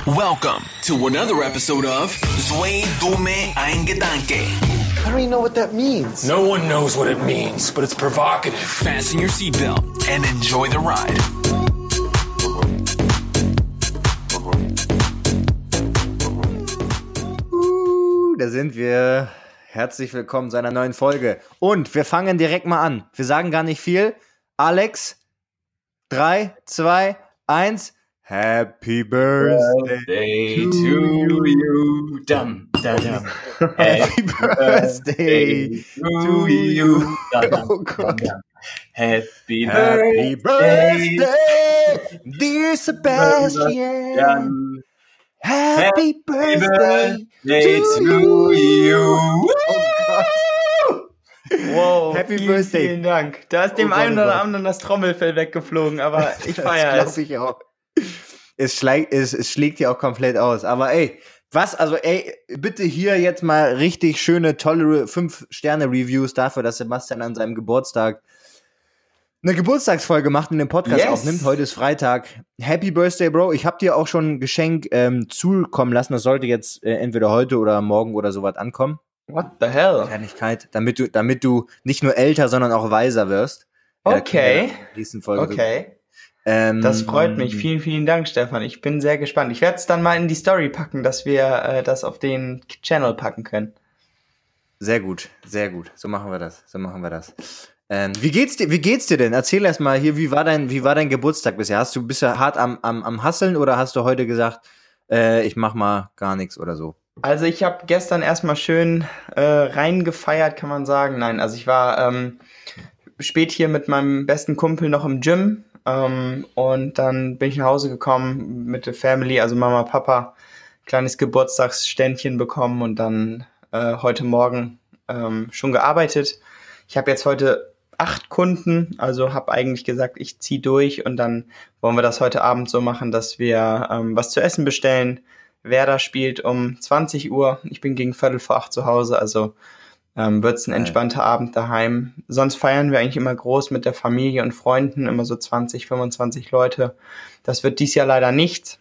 Welcome to another episode of Zwei Dumme Ein Gedanke. I don't even know what that means. No one knows what it means, but it's provocative. Fasten your seatbelt and enjoy the ride. Da sind wir. Herzlich willkommen zu einer neuen Folge. Und wir fangen direkt mal an. Wir sagen gar nicht viel. Alex, 3, 2, 1. Happy Birthday to you. Dum, da, dum. Happy Birthday to you. Oh Gott. Happy Happy Birthday, Birthday, dear Sebastian. Happy Birthday to you. Oh Gott. Wow, Happy vielen, Birthday. Vielen Dank. Da ist dem Gott, einen oh oder Gott. anderen das Trommelfell weggeflogen, aber ich feiere Das es. glaube ich auch. Es schlägt ja auch komplett aus. Aber ey, bitte hier jetzt mal richtig schöne, tolle 5-Sterne-Reviews dafür, dass Sebastian an seinem Geburtstag eine Geburtstagsfolge macht und den Podcast Yes. aufnimmt. Heute ist Freitag. Happy Birthday, Bro. Ich habe dir auch schon ein Geschenk zukommen lassen. Das sollte jetzt entweder heute oder morgen oder sowas ankommen. What the hell? Kleinigkeit, damit du nicht nur älter, sondern auch weiser wirst. Okay. In der nächsten Folge. Okay. Das freut mich. Vielen, vielen Dank, Stefan. Ich bin sehr gespannt. Ich werde es dann mal in die Story packen, dass wir das auf den Channel packen können. Sehr gut, sehr gut. So machen wir das. Wie geht's dir denn? Erzähl erst mal hier, wie war dein Geburtstag bisher? Bist du hart am Hustlen oder hast du heute gesagt, ich mach mal gar nichts oder so? Also ich habe gestern erstmal schön reingefeiert, kann man sagen. Nein, also ich war spät hier mit meinem besten Kumpel noch im Gym und dann bin ich nach Hause gekommen mit der Family, also Mama, Papa, kleines Geburtstagsständchen bekommen und dann heute Morgen schon gearbeitet. Ich habe jetzt heute 8 Kunden, also habe eigentlich gesagt, ich ziehe durch und dann wollen wir das heute Abend so machen, dass wir was zu essen bestellen. Werder spielt um 20 Uhr, ich bin gegen 7:45 zu Hause, also wird's ein entspannter Abend daheim. Sonst feiern wir eigentlich immer groß mit der Familie und Freunden, immer so 20, 25 Leute. Das wird dies Jahr leider nicht,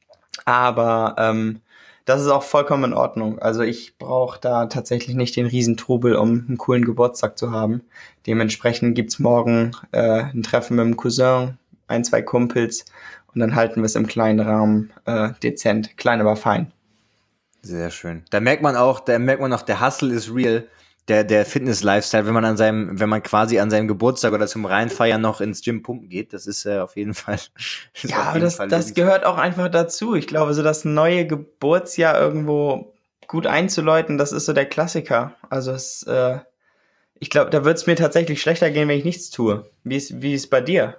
aber das ist auch vollkommen in Ordnung. Also ich brauche da tatsächlich nicht den Riesentrubel, um einen coolen Geburtstag zu haben. Dementsprechend gibt's morgen ein Treffen mit dem Cousin, 1, 2 Kumpels und dann halten wir es im kleinen Rahmen dezent, klein aber fein. Sehr schön. Da merkt man auch, der Hustle is real. Der Fitness-Lifestyle, wenn man quasi an seinem Geburtstag oder zum Reinfeiern noch ins Gym pumpen geht, das ist auf jeden Fall. Ja, aber das gehört auch einfach dazu. Ich glaube, so das neue Geburtsjahr irgendwo gut einzuläuten, das ist so der Klassiker. Also ich glaube, da wird es mir tatsächlich schlechter gehen, wenn ich nichts tue. Wie ist bei dir?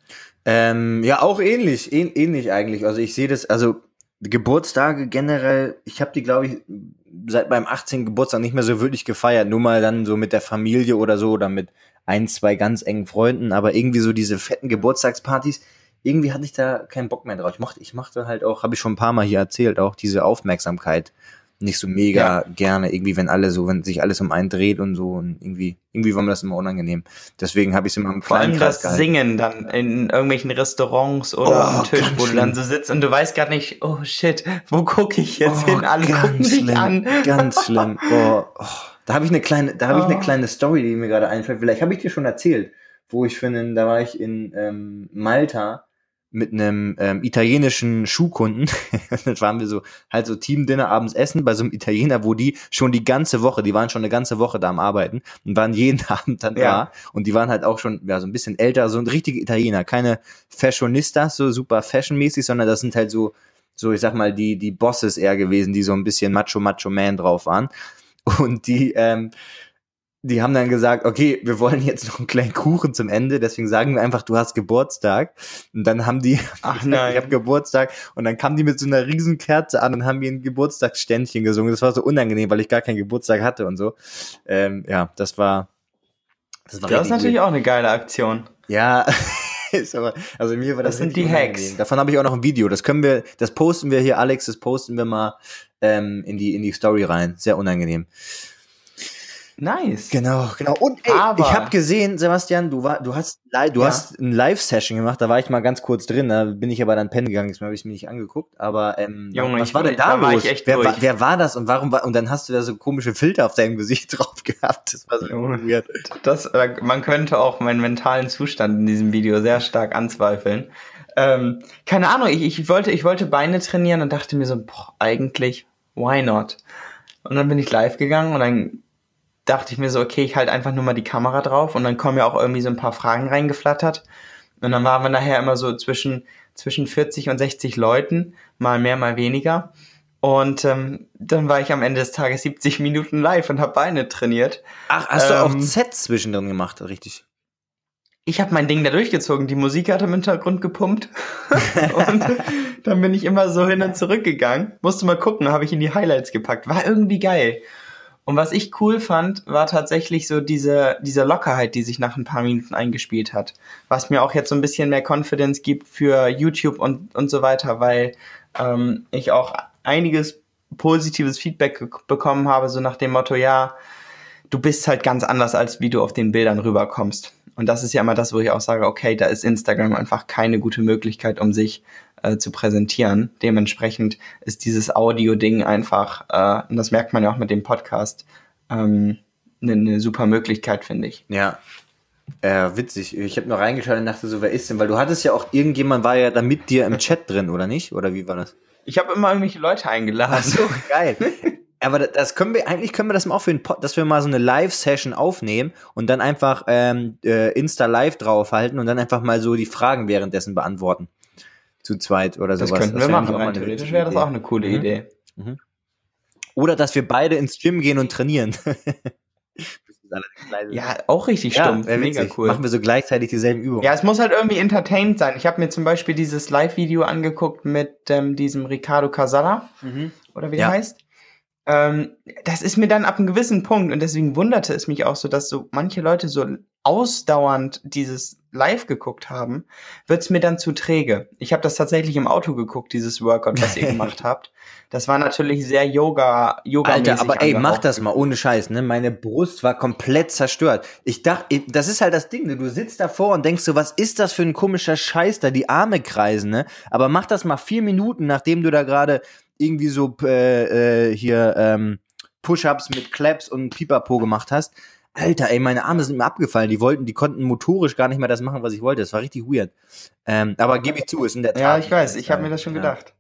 Ja, auch ähnlich eigentlich. Also ich sehe das, also Geburtstage generell, ich habe die, glaube ich, seit meinem 18. Geburtstag nicht mehr so wirklich gefeiert, nur mal dann so mit der Familie oder so oder mit 1, 2 ganz engen Freunden, aber irgendwie so diese fetten Geburtstagspartys, irgendwie hatte ich da keinen Bock mehr drauf. Ich mochte halt auch, habe ich schon ein paar Mal hier erzählt, auch diese Aufmerksamkeit nicht so mega gerne, irgendwie wenn sich alles um einen dreht und so und irgendwie war mir das immer unangenehm. Deswegen habe ich es immer im Vor kleinen allem Kreis das gehalten. Singen dann in irgendwelchen Restaurants oder am Tisch, ganz wo du dann so sitzt und du weißt gar nicht, oh shit, wo gucke ich jetzt hin? Alle gucken dich an. Ganz schlimm. Da habe ich eine kleine Story, die mir gerade einfällt. Vielleicht habe ich dir schon erzählt, da war ich in Malta mit einem italienischen Schuhkunden. Dann waren wir so Team-Dinner abends essen bei so einem Italiener, wo die waren schon eine ganze Woche da am Arbeiten und waren jeden Abend dann da. Und die waren halt auch schon so ein bisschen älter, so ein richtiger Italiener, keine Fashionistas, so super fashionmäßig, sondern das sind halt so ich sag mal, die Bosses eher gewesen, die so ein bisschen Macho-Man drauf waren. Und die haben dann gesagt, okay, wir wollen jetzt noch einen kleinen Kuchen zum Ende, deswegen sagen wir einfach, du hast Geburtstag. Und dann haben die, Nein. ich habe Geburtstag, und dann kamen die mit so einer riesen Kerze an und haben mir ein Geburtstagsständchen gesungen. Das war so unangenehm, weil ich gar keinen Geburtstag hatte und so. Das war Das ist natürlich auch eine geile Aktion. Ja, also mir war das sind richtig die Hacks. unangenehm. Davon habe ich auch noch ein Video. Das posten wir hier, Alex, das posten wir mal in die Story rein. Sehr unangenehm. Nice. Genau. Und ey, Aber- ich habe gesehen, Sebastian, du hast eine Live-Session gemacht, da war ich mal ganz kurz drin, da bin ich aber dann pennen gegangen, das habe ich mir nicht angeguckt, aber Junge, was war denn da war los? ich echt Wer durch. war das und warum und dann hast du da so komische Filter auf deinem Gesicht drauf gehabt, das war so weird. Man könnte auch meinen mentalen Zustand in diesem Video sehr stark anzweifeln. Keine Ahnung, ich wollte Beine trainieren und dachte mir so, eigentlich, why not? Und dann bin ich live gegangen und dann dachte ich mir so, okay, ich halte einfach nur mal die Kamera drauf und dann kommen ja auch irgendwie so ein paar Fragen reingeflattert. Und dann waren wir nachher immer so zwischen 40 und 60 Leuten, mal mehr, mal weniger. Und dann war ich am Ende des Tages 70 Minuten live und habe Beine trainiert. Ach, hast du auch Sets zwischendrin gemacht, richtig? Ich habe mein Ding da durchgezogen, die Musik hat im Hintergrund gepumpt und dann bin ich immer so hin und zurück gegangen. Musste mal gucken, habe ich in die Highlights gepackt. War irgendwie geil. Und was ich cool fand, war tatsächlich so diese Lockerheit, die sich nach ein paar Minuten eingespielt hat. Was mir auch jetzt so ein bisschen mehr Confidence gibt für YouTube und so weiter, weil ich auch einiges positives Feedback bekommen habe, so nach dem Motto, ja, du bist halt ganz anders, als wie du auf den Bildern rüberkommst. Und das ist ja immer das, wo ich auch sage, okay, da ist Instagram einfach keine gute Möglichkeit, um sich zu präsentieren. Dementsprechend ist dieses Audio-Ding einfach, und das merkt man ja auch mit dem Podcast, eine super Möglichkeit, finde ich. Ja. Witzig. Ich habe noch reingeschaut und dachte so, wer ist denn? Weil du hattest ja auch, irgendjemand war ja da mit dir im Chat drin, oder nicht? Oder wie war das? Ich habe immer irgendwelche Leute eingeladen. Ach so, geil. Aber das können wir das mal auch für dass wir mal so eine Live-Session aufnehmen und dann einfach Insta Live draufhalten und dann einfach mal so die Fragen währenddessen beantworten. Zu zweit oder sowas. Das könnten wir machen. Rein Theoretisch wäre das auch eine coole Idee. Mhm. Oder dass wir beide ins Gym gehen und trainieren. Ja, auch richtig stumpf. Mega cool. Machen wir so gleichzeitig dieselben Übungen. Ja, es muss halt irgendwie entertained sein. Ich habe mir zum Beispiel dieses Live-Video angeguckt mit diesem Ricardo Casala, oder wie der heißt. Das ist mir dann ab einem gewissen Punkt, und deswegen wunderte es mich auch so, dass so manche Leute so ausdauernd dieses Live geguckt haben, wird's mir dann zu träge. Ich habe das tatsächlich im Auto geguckt, dieses Workout, was ihr gemacht habt. Das war natürlich sehr Yoga-mäßig. Alter, aber ey, mach angehaucht. das mal, ohne Scheiß, ne? Meine Brust war komplett zerstört. Ich dachte, das ist halt das Ding, ne? Du sitzt davor und denkst so, was ist das für ein komischer Scheiß da, die Arme kreisen, ne? Aber mach das mal 4 Minuten, nachdem du da gerade irgendwie so Push-Ups mit Claps und Pipapo gemacht hast. Alter, ey, meine Arme sind mir abgefallen. Die konnten motorisch gar nicht mehr das machen, was ich wollte. Das war richtig weird. Aber gebe ich zu, ist in der Tat. Ja, ich weiß, ich habe mir das schon gedacht.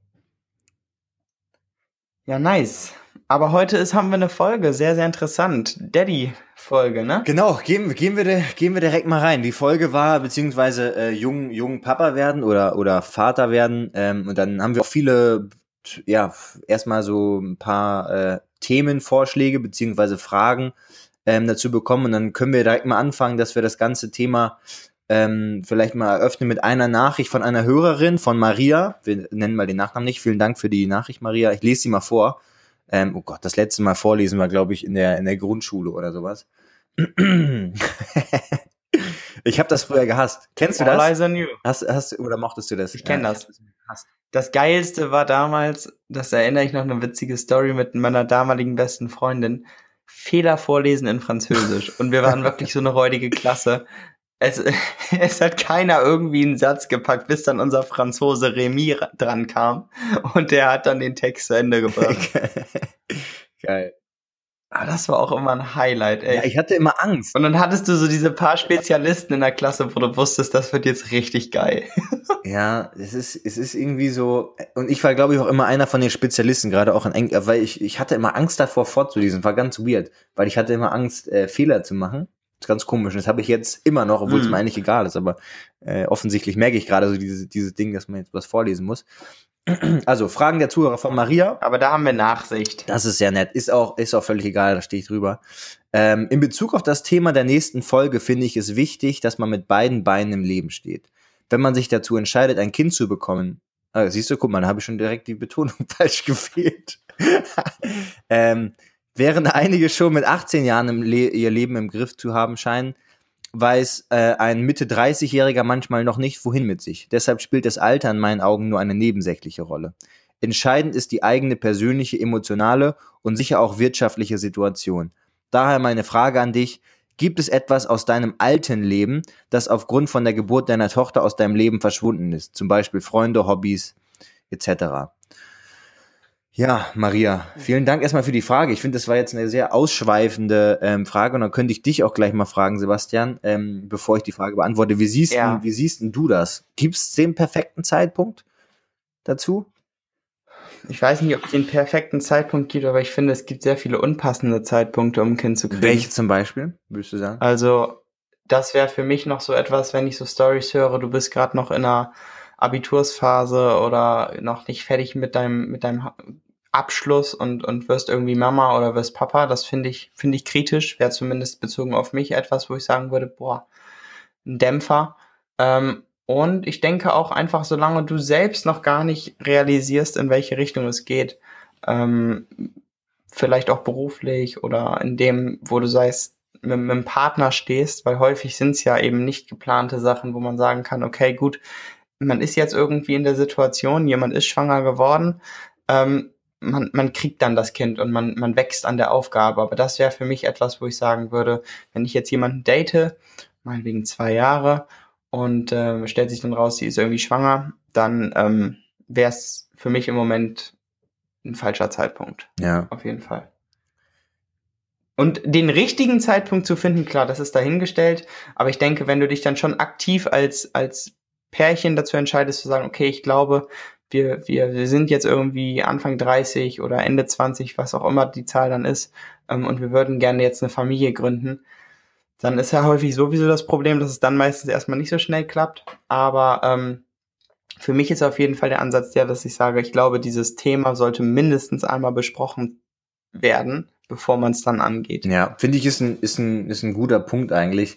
Ja, nice. Aber heute haben wir eine Folge, sehr, sehr interessant. Daddy-Folge, ne? Genau, gehen wir direkt mal rein. Die Folge war, beziehungsweise jung Papa werden oder Vater werden. Und dann haben wir auch viele, erstmal so ein paar Themenvorschläge beziehungsweise Fragen dazu bekommen. Und dann können wir direkt mal anfangen, dass wir das ganze Thema vielleicht mal eröffnen mit einer Nachricht von einer Hörerin, von Maria. Wir nennen mal den Nachnamen nicht. Vielen Dank für die Nachricht, Maria. Ich lese sie mal vor. Oh Gott, das letzte Mal vorlesen war, glaube ich, in der Grundschule oder sowas. Ich habe das früher gehasst. Kennst du das? All eyes on you. Hast oder mochtest du das? Ich kenne das. Das Geilste war damals, das erinnere ich noch, eine witzige Story mit meiner damaligen besten Freundin. Fehler vorlesen in Französisch. Und wir waren wirklich so eine räudige Klasse. Es hat keiner irgendwie einen Satz gepackt, bis dann unser Franzose Remy dran kam. Und der hat dann den Text zu Ende gebracht. Geil. Aber das war auch immer ein Highlight, ey. Ja, ich hatte immer Angst. Und dann hattest du so diese paar Spezialisten in der Klasse, wo du wusstest, das wird jetzt richtig geil. Ja, es ist irgendwie so, und ich war, glaube ich, auch immer einer von den Spezialisten, gerade auch in Englisch, weil ich hatte immer Angst davor vorzulesen, war ganz weird, weil ich hatte immer Angst, Fehler zu machen. Das ist ganz komisch, das habe ich jetzt immer noch, obwohl es mir eigentlich egal ist, aber offensichtlich merke ich gerade so dieses Ding, dass man jetzt was vorlesen muss. Also, Fragen der Zuhörer von Maria. Aber da haben wir Nachsicht. Das ist sehr nett. Ist auch völlig egal, da stehe ich drüber. In Bezug auf das Thema der nächsten Folge finde ich es wichtig, dass man mit beiden Beinen im Leben steht. Wenn man sich dazu entscheidet, ein Kind zu bekommen, siehst du, guck mal, da habe ich schon direkt die Betonung falsch gefehlt. Während einige schon mit 18 Jahren ihr Leben im Griff zu haben scheinen, weiß ein Mitte-30-Jähriger manchmal noch nicht, wohin mit sich. Deshalb spielt das Alter in meinen Augen nur eine nebensächliche Rolle. Entscheidend ist die eigene persönliche, emotionale und sicher auch wirtschaftliche Situation. daher meine Frage an dich. Gibt es etwas aus deinem alten Leben, das aufgrund von der Geburt deiner Tochter aus deinem Leben verschwunden ist? Zum Beispiel Freunde, Hobbys, etc. Ja, Maria, vielen Dank erstmal für die Frage. Ich finde, das war jetzt eine sehr ausschweifende Frage und dann könnte ich dich auch gleich mal fragen, Sebastian, bevor ich die Frage beantworte. Wie siehst denn du das? Gibt es den perfekten Zeitpunkt dazu? Ich weiß nicht, ob es den perfekten Zeitpunkt gibt, aber ich finde, es gibt sehr viele unpassende Zeitpunkte, um ein Kind zu kriegen. Welche zum Beispiel, würdest du sagen? Also, das wäre für mich noch so etwas, wenn ich so Storys höre, du bist gerade noch in einer Abitursphase oder noch nicht fertig mit deinem Abschluss und wirst irgendwie Mama oder wirst Papa. Das finde ich kritisch, wäre zumindest bezogen auf mich etwas, wo ich sagen würde, boah, ein Dämpfer. Und ich denke auch einfach, solange du selbst noch gar nicht realisierst, in welche Richtung es geht, vielleicht auch beruflich oder in dem, wo du sagst, mit einem Partner stehst, weil häufig sind es ja eben nicht geplante Sachen, wo man sagen kann, okay, gut, man ist jetzt irgendwie in der Situation, jemand ist schwanger geworden, man kriegt dann das Kind und man wächst an der Aufgabe. Aber das wäre für mich etwas, wo ich sagen würde, wenn ich jetzt jemanden date, meinetwegen 2 Jahre, und stellt sich dann raus, sie ist irgendwie schwanger, dann wäre es für mich im Moment ein falscher Zeitpunkt. Ja. Auf jeden Fall. Und den richtigen Zeitpunkt zu finden, klar, das ist dahingestellt, aber ich denke, wenn du dich dann schon aktiv als Pärchen dazu entscheidest, zu sagen, okay, ich glaube, wir sind jetzt irgendwie Anfang 30 oder Ende 20, was auch immer die Zahl dann ist, und wir würden gerne jetzt eine Familie gründen, dann ist ja häufig sowieso das Problem, dass es dann meistens erstmal nicht so schnell klappt. Aber für mich ist auf jeden Fall der Ansatz der, dass ich sage, ich glaube, dieses Thema sollte mindestens einmal besprochen werden, bevor man es dann angeht. Ja, finde ich, ist ein guter Punkt eigentlich.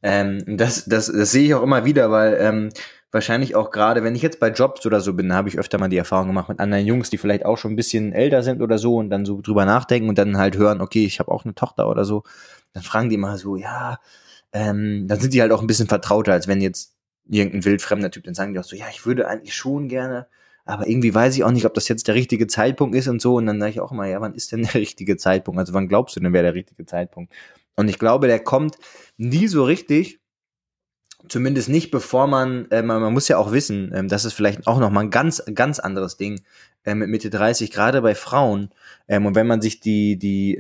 Das sehe ich auch immer wieder, weil wahrscheinlich auch gerade, wenn ich jetzt bei Jobs oder so bin, habe ich öfter mal die Erfahrung gemacht mit anderen Jungs, die vielleicht auch schon ein bisschen älter sind oder so und dann so drüber nachdenken und dann halt hören, okay, ich habe auch eine Tochter oder so. Dann fragen die immer so, ja, dann sind die halt auch ein bisschen vertrauter, als wenn jetzt irgendein wildfremder Typ, dann sagen die auch so, ja, ich würde eigentlich schon gerne, aber irgendwie weiß ich auch nicht, ob das jetzt der richtige Zeitpunkt ist und so. Und dann sage ich auch immer, ja, wann ist denn der richtige Zeitpunkt? Also wann glaubst du denn, wäre der richtige Zeitpunkt? Und ich glaube, der kommt nie so richtig, zumindest nicht, bevor man muss ja auch wissen, das ist vielleicht auch nochmal ein ganz, ganz anderes Ding mit Mitte 30, gerade bei Frauen. Und wenn man sich die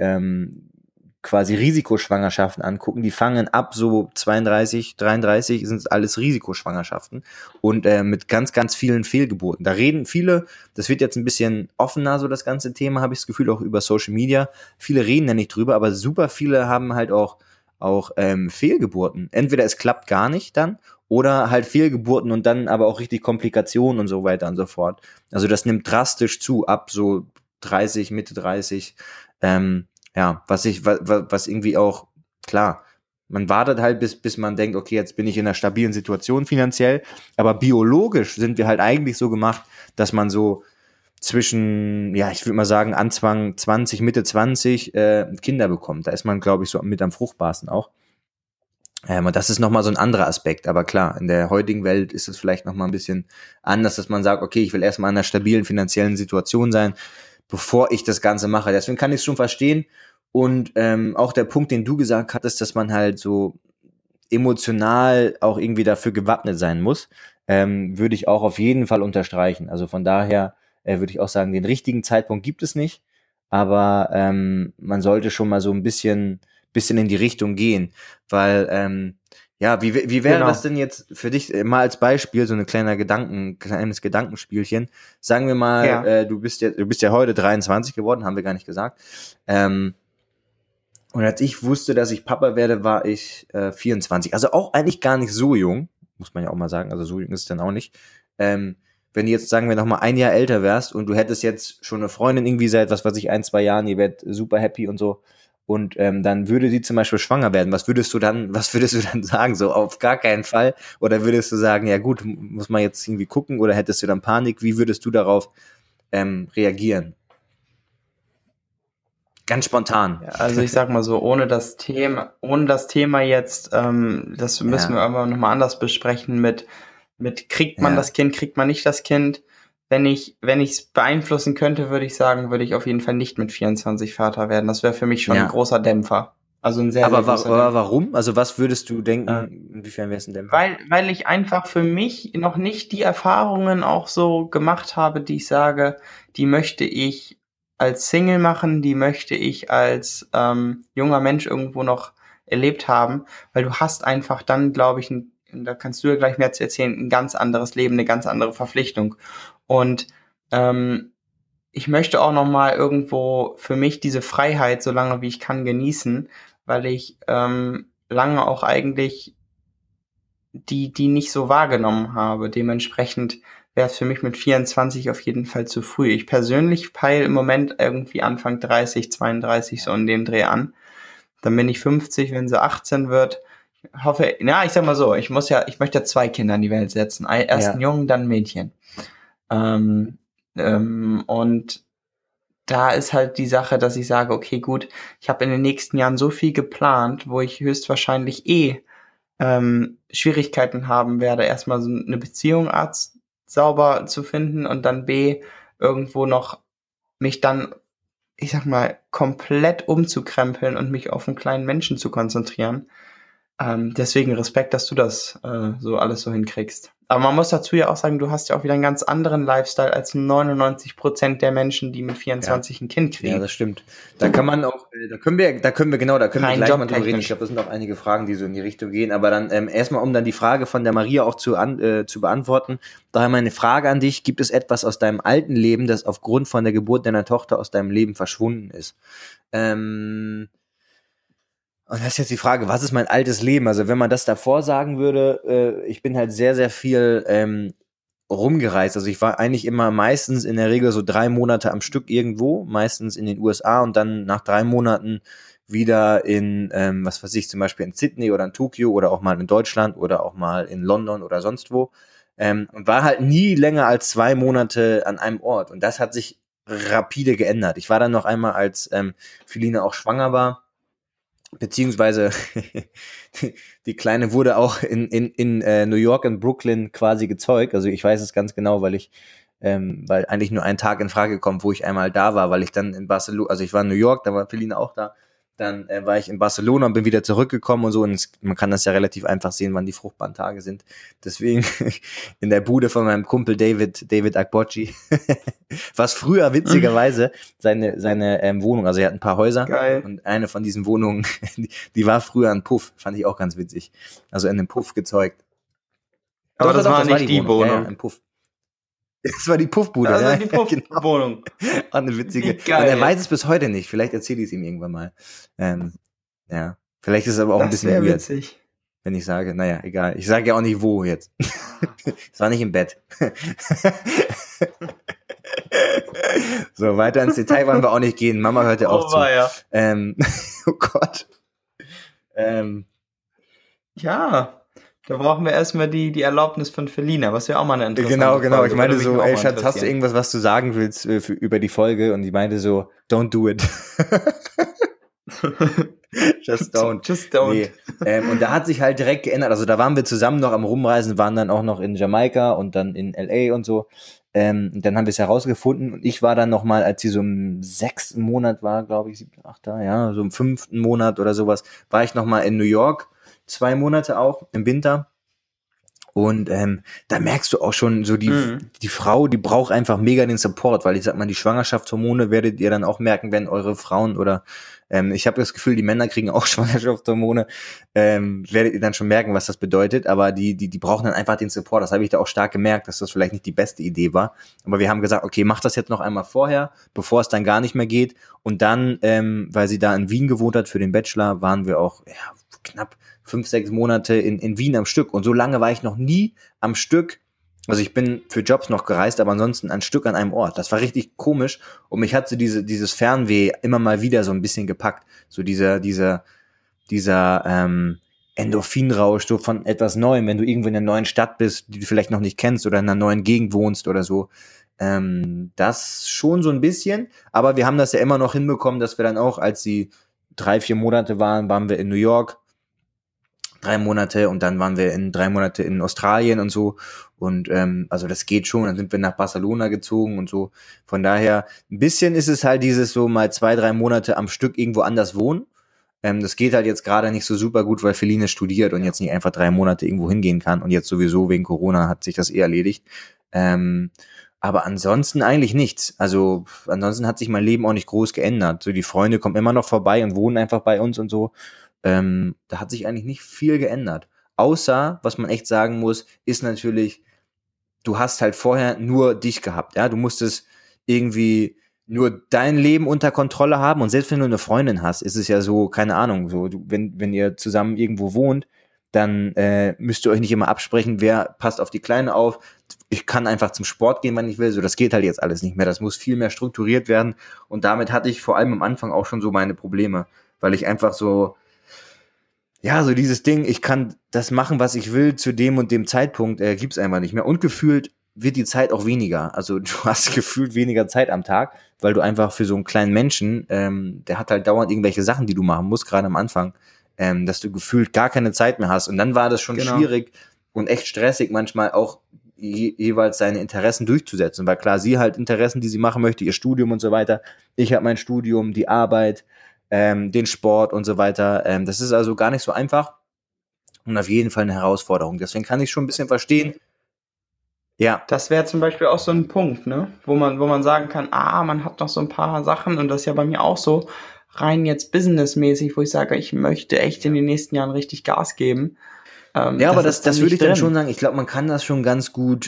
quasi Risikoschwangerschaften angucken, die fangen ab so 32, 33, sind alles Risikoschwangerschaften und mit ganz, ganz vielen Fehlgeburten. Da reden viele, das wird jetzt ein bisschen offener, so das ganze Thema, habe ich das Gefühl, auch über Social Media. Viele reden da nicht drüber, aber super viele haben halt auch Fehlgeburten. Entweder es klappt gar nicht dann oder halt Fehlgeburten und dann aber auch richtig Komplikationen und so weiter und so fort. Also das nimmt drastisch zu, ab so 30, Mitte 30, ja, was irgendwie auch, klar, man wartet halt bis man denkt, okay, jetzt bin ich in einer stabilen Situation finanziell, aber biologisch sind wir halt eigentlich so gemacht, dass man so zwischen, ja, ich würde mal sagen, Anfang 20, Mitte 20 Kinder bekommt. Da ist man, glaube ich, so mit am fruchtbarsten auch. Und das ist nochmal so ein anderer Aspekt, aber klar, in der heutigen Welt ist es vielleicht nochmal ein bisschen anders, dass man sagt, okay, ich will erstmal in einer stabilen finanziellen Situation sein, bevor ich das Ganze mache. Deswegen kann ich es schon verstehen. Und auch der Punkt, den du gesagt hattest, dass man halt so emotional auch irgendwie dafür gewappnet sein muss, würde ich auch auf jeden Fall unterstreichen. Also von daher würde ich auch sagen, den richtigen Zeitpunkt gibt es nicht, aber man sollte schon mal so ein bisschen in die Richtung gehen, weil ja, wie wäre das denn jetzt für dich mal als Beispiel, so eine kleines Gedankenspielchen? Sagen wir mal, ja. Du bist ja heute 23 geworden, haben wir gar nicht gesagt. Und als ich wusste, dass ich Papa werde, war ich 24. Also auch eigentlich gar nicht so jung, muss man ja auch mal sagen. Also so jung ist es dann auch nicht. Wenn du jetzt, sagen wir, noch mal ein Jahr älter wärst und du hättest jetzt schon eine Freundin irgendwie seit, 1, 2 Jahren, ihr werdet super happy und so, und dann würde sie zum Beispiel schwanger werden, was würdest du dann sagen? So, auf gar keinen Fall? Oder würdest du sagen, ja gut, muss man jetzt irgendwie gucken, oder hättest du dann Panik? Wie würdest du darauf reagieren? Ganz spontan. Ja, also ich sag mal so, ohne das Thema jetzt, das müssen wir irgendwann nochmal anders besprechen mit kriegt man das Kind, kriegt man nicht das Kind. Wenn ich es beeinflussen könnte, würde ich sagen, würde ich auf jeden Fall nicht mit 24 Vater werden. Das wäre für mich schon ein großer Dämpfer. Also ein sehr, Aber sehr großer aber Dämpfer. warum? Also was würdest du denken, inwiefern wäre es ein Dämpfer? Weil ich einfach für mich noch nicht die Erfahrungen auch so gemacht habe, die ich sage, die möchte ich als Single machen, die möchte ich als junger Mensch irgendwo noch erlebt haben, weil du hast einfach dann, glaube ich, da kannst du ja gleich mehr zu erzählen, ein ganz anderes Leben, eine ganz andere Verpflichtung. Und ich möchte auch noch mal irgendwo für mich diese Freiheit, so lange wie ich kann, genießen, weil ich lange auch eigentlich die nicht so wahrgenommen habe. Dementsprechend wäre es für mich mit 24 auf jeden Fall zu früh. Ich persönlich peile im Moment irgendwie Anfang 30, 32 so in dem Dreh an. Dann bin ich 50, wenn sie 18 wird. Ich hoffe, ich sag mal so, ich möchte ja 2 Kinder in die Welt setzen. Erst einen Jungen, dann ein Mädchen. Und da ist halt die Sache, dass ich sage, okay, gut, ich habe in den nächsten Jahren so viel geplant, wo ich höchstwahrscheinlich Schwierigkeiten haben werde, erstmal so eine Beziehung sauber zu finden und dann irgendwo noch mich dann, ich sag mal, komplett umzukrempeln und mich auf einen kleinen Menschen zu konzentrieren. Deswegen Respekt, dass du das so alles so hinkriegst. Aber man muss dazu ja auch sagen, du hast ja auch wieder einen ganz anderen Lifestyle als 99% der Menschen, die mit 24 ein Kind kriegen. Ja, das stimmt. Da kann man auch, da können wir gleich mal drüber reden. Ich glaube, das sind auch einige Fragen, die so in die Richtung gehen. Aber dann erstmal, um dann die Frage von der Maria auch zu beantworten, daher meine Frage an dich: Gibt es etwas aus deinem alten Leben, das aufgrund von der Geburt deiner Tochter aus deinem Leben verschwunden ist? Und das ist jetzt die Frage, was ist mein altes Leben? Also wenn man das davor sagen würde, ich bin halt sehr, sehr viel rumgereist. Also ich war eigentlich immer meistens in der Regel so 3 Monate am Stück irgendwo, meistens in den USA und dann nach 3 Monaten wieder in, was weiß ich, zum Beispiel in Sydney oder in Tokio oder auch mal in Deutschland oder auch mal in London oder sonst wo. Und war halt nie länger als 2 Monate an einem Ort. Und das hat sich rapide geändert. Ich war dann noch einmal, als Feline auch schwanger war, beziehungsweise die Kleine wurde auch in New York und Brooklyn quasi gezeugt. Also ich weiß es ganz genau, weil eigentlich nur ein Tag in Frage kommt, wo ich einmal da war, weil ich dann in Barcelona, also ich war in New York, da war Feline auch da, dann war ich in Barcelona und bin wieder zurückgekommen und so, und man kann das ja relativ einfach sehen, wann die fruchtbaren Tage sind. Deswegen in der Bude von meinem Kumpel David Akbocci, was früher witzigerweise seine Wohnung, also er hat ein paar Häuser. Geil. Und eine von diesen Wohnungen, die war früher ein Puff, fand ich auch ganz witzig. Also in einem Puff gezeugt. Aber das war nicht die Wohnung. Ja, ein Puff. Das war die Puffbude. Also ja, die Puffwohnung. Genau. Auch eine witzige. Geil. Und er weiß es bis heute nicht. Vielleicht erzähle ich es ihm irgendwann mal. Ja. Vielleicht ist es aber auch ein bisschen weird, witzig, wenn ich sage, naja, egal. Ich sage ja auch nicht wo jetzt. Es war nicht im Bett. So, weiter ins Detail wollen wir auch nicht gehen. Mama hört ja auch zu. Ja. Oh Gott. Ja. Da brauchen wir erstmal die Erlaubnis von Felina, was ja auch mal eine interessante Genau. Folge. Ich meinte so, ey Schatz, interessieren. hast du irgendwas, was du sagen willst über die Folge? Und die meinte so, don't do it. Just don't. Nee. Und da hat sich halt direkt geändert. Also da waren wir zusammen noch am Rumreisen, waren dann auch noch in Jamaika und dann in LA und so. Und dann haben wir es herausgefunden. Und ich war dann nochmal, als sie so im 6. Monat war, glaube ich, 7., 8., ja, so im 5. Monat oder sowas, war ich nochmal in New York. 2 Monate auch im Winter. Und da merkst du auch schon so, die Frau, die braucht einfach mega den Support, weil ich sag mal, die Schwangerschaftshormone werdet ihr dann auch merken, wenn eure Frauen oder ich habe das Gefühl, die Männer kriegen auch Schwangerschaftshormone, werdet ihr dann schon merken, was das bedeutet, aber die brauchen dann einfach den Support. Das habe ich da auch stark gemerkt, dass das vielleicht nicht die beste Idee war. Aber wir haben gesagt, okay, mach das jetzt noch einmal vorher, bevor es dann gar nicht mehr geht. Und dann, weil sie da in Wien gewohnt hat für den Bachelor, waren wir auch knapp 5, 6 Monate in Wien am Stück. Und so lange war ich noch nie am Stück. Also ich bin für Jobs noch gereist, aber ansonsten ein Stück an einem Ort. Das war richtig komisch. Und mich hat so dieses Fernweh immer mal wieder so ein bisschen gepackt. So dieser Endorphinrausch so von etwas Neuem, wenn du irgendwo in einer neuen Stadt bist, die du vielleicht noch nicht kennst oder in einer neuen Gegend wohnst oder so. Das schon so ein bisschen. Aber wir haben das ja immer noch hinbekommen, dass wir dann auch, als sie 3, 4 Monate waren wir in New York. 3 Monate und dann waren wir 3 Monate in Australien und so und also das geht schon, dann sind wir nach Barcelona gezogen und so, von daher ein bisschen ist es halt dieses so mal 2, 3 Monate am Stück irgendwo anders wohnen, Das geht halt jetzt gerade nicht so super gut, weil Feline studiert und jetzt nicht einfach 3 Monate irgendwo hingehen kann und jetzt sowieso wegen Corona hat sich das erledigt. Aber ansonsten eigentlich nichts. Also ansonsten hat sich mein Leben auch nicht groß geändert. So die Freunde kommen immer noch vorbei und wohnen einfach bei uns und so. Da hat sich eigentlich nicht viel geändert. Außer, was man echt sagen muss, ist natürlich, du hast halt vorher nur dich gehabt. Ja, du musstest irgendwie nur dein Leben unter Kontrolle haben und selbst wenn du eine Freundin hast, ist es ja so, keine Ahnung, so wenn ihr zusammen irgendwo wohnt, dann müsst ihr euch nicht immer absprechen, wer passt auf die Kleine auf. Ich kann einfach zum Sport gehen, wann ich will. So, das geht halt jetzt alles nicht mehr. Das muss viel mehr strukturiert werden und damit hatte ich vor allem am Anfang auch schon so meine Probleme, weil ich einfach so, ja, so dieses Ding, ich kann das machen, was ich will zu dem und dem Zeitpunkt, gibt's einfach nicht mehr. Und gefühlt wird die Zeit auch weniger. Also du hast gefühlt weniger Zeit am Tag, weil du einfach für so einen kleinen Menschen, der hat halt dauernd irgendwelche Sachen, die du machen musst, gerade am Anfang, dass du gefühlt gar keine Zeit mehr hast. Und dann war das schon schwierig und echt stressig, manchmal auch jeweils seine Interessen durchzusetzen. Weil klar, sie halt Interessen, die sie machen möchte, ihr Studium und so weiter. Ich habe mein Studium, die Arbeit, den Sport und so weiter. Das ist also gar nicht so einfach und auf jeden Fall eine Herausforderung. Deswegen kann ich schon ein bisschen verstehen. Ja. Das wäre zum Beispiel auch so ein Punkt, ne? Wo man sagen kann, man hat noch so ein paar Sachen und das ist ja bei mir auch so, rein jetzt businessmäßig, wo ich sage, ich möchte echt in den nächsten Jahren richtig Gas geben. Ja, aber das würde ich dann schon sagen, ich glaube, man kann das schon ganz gut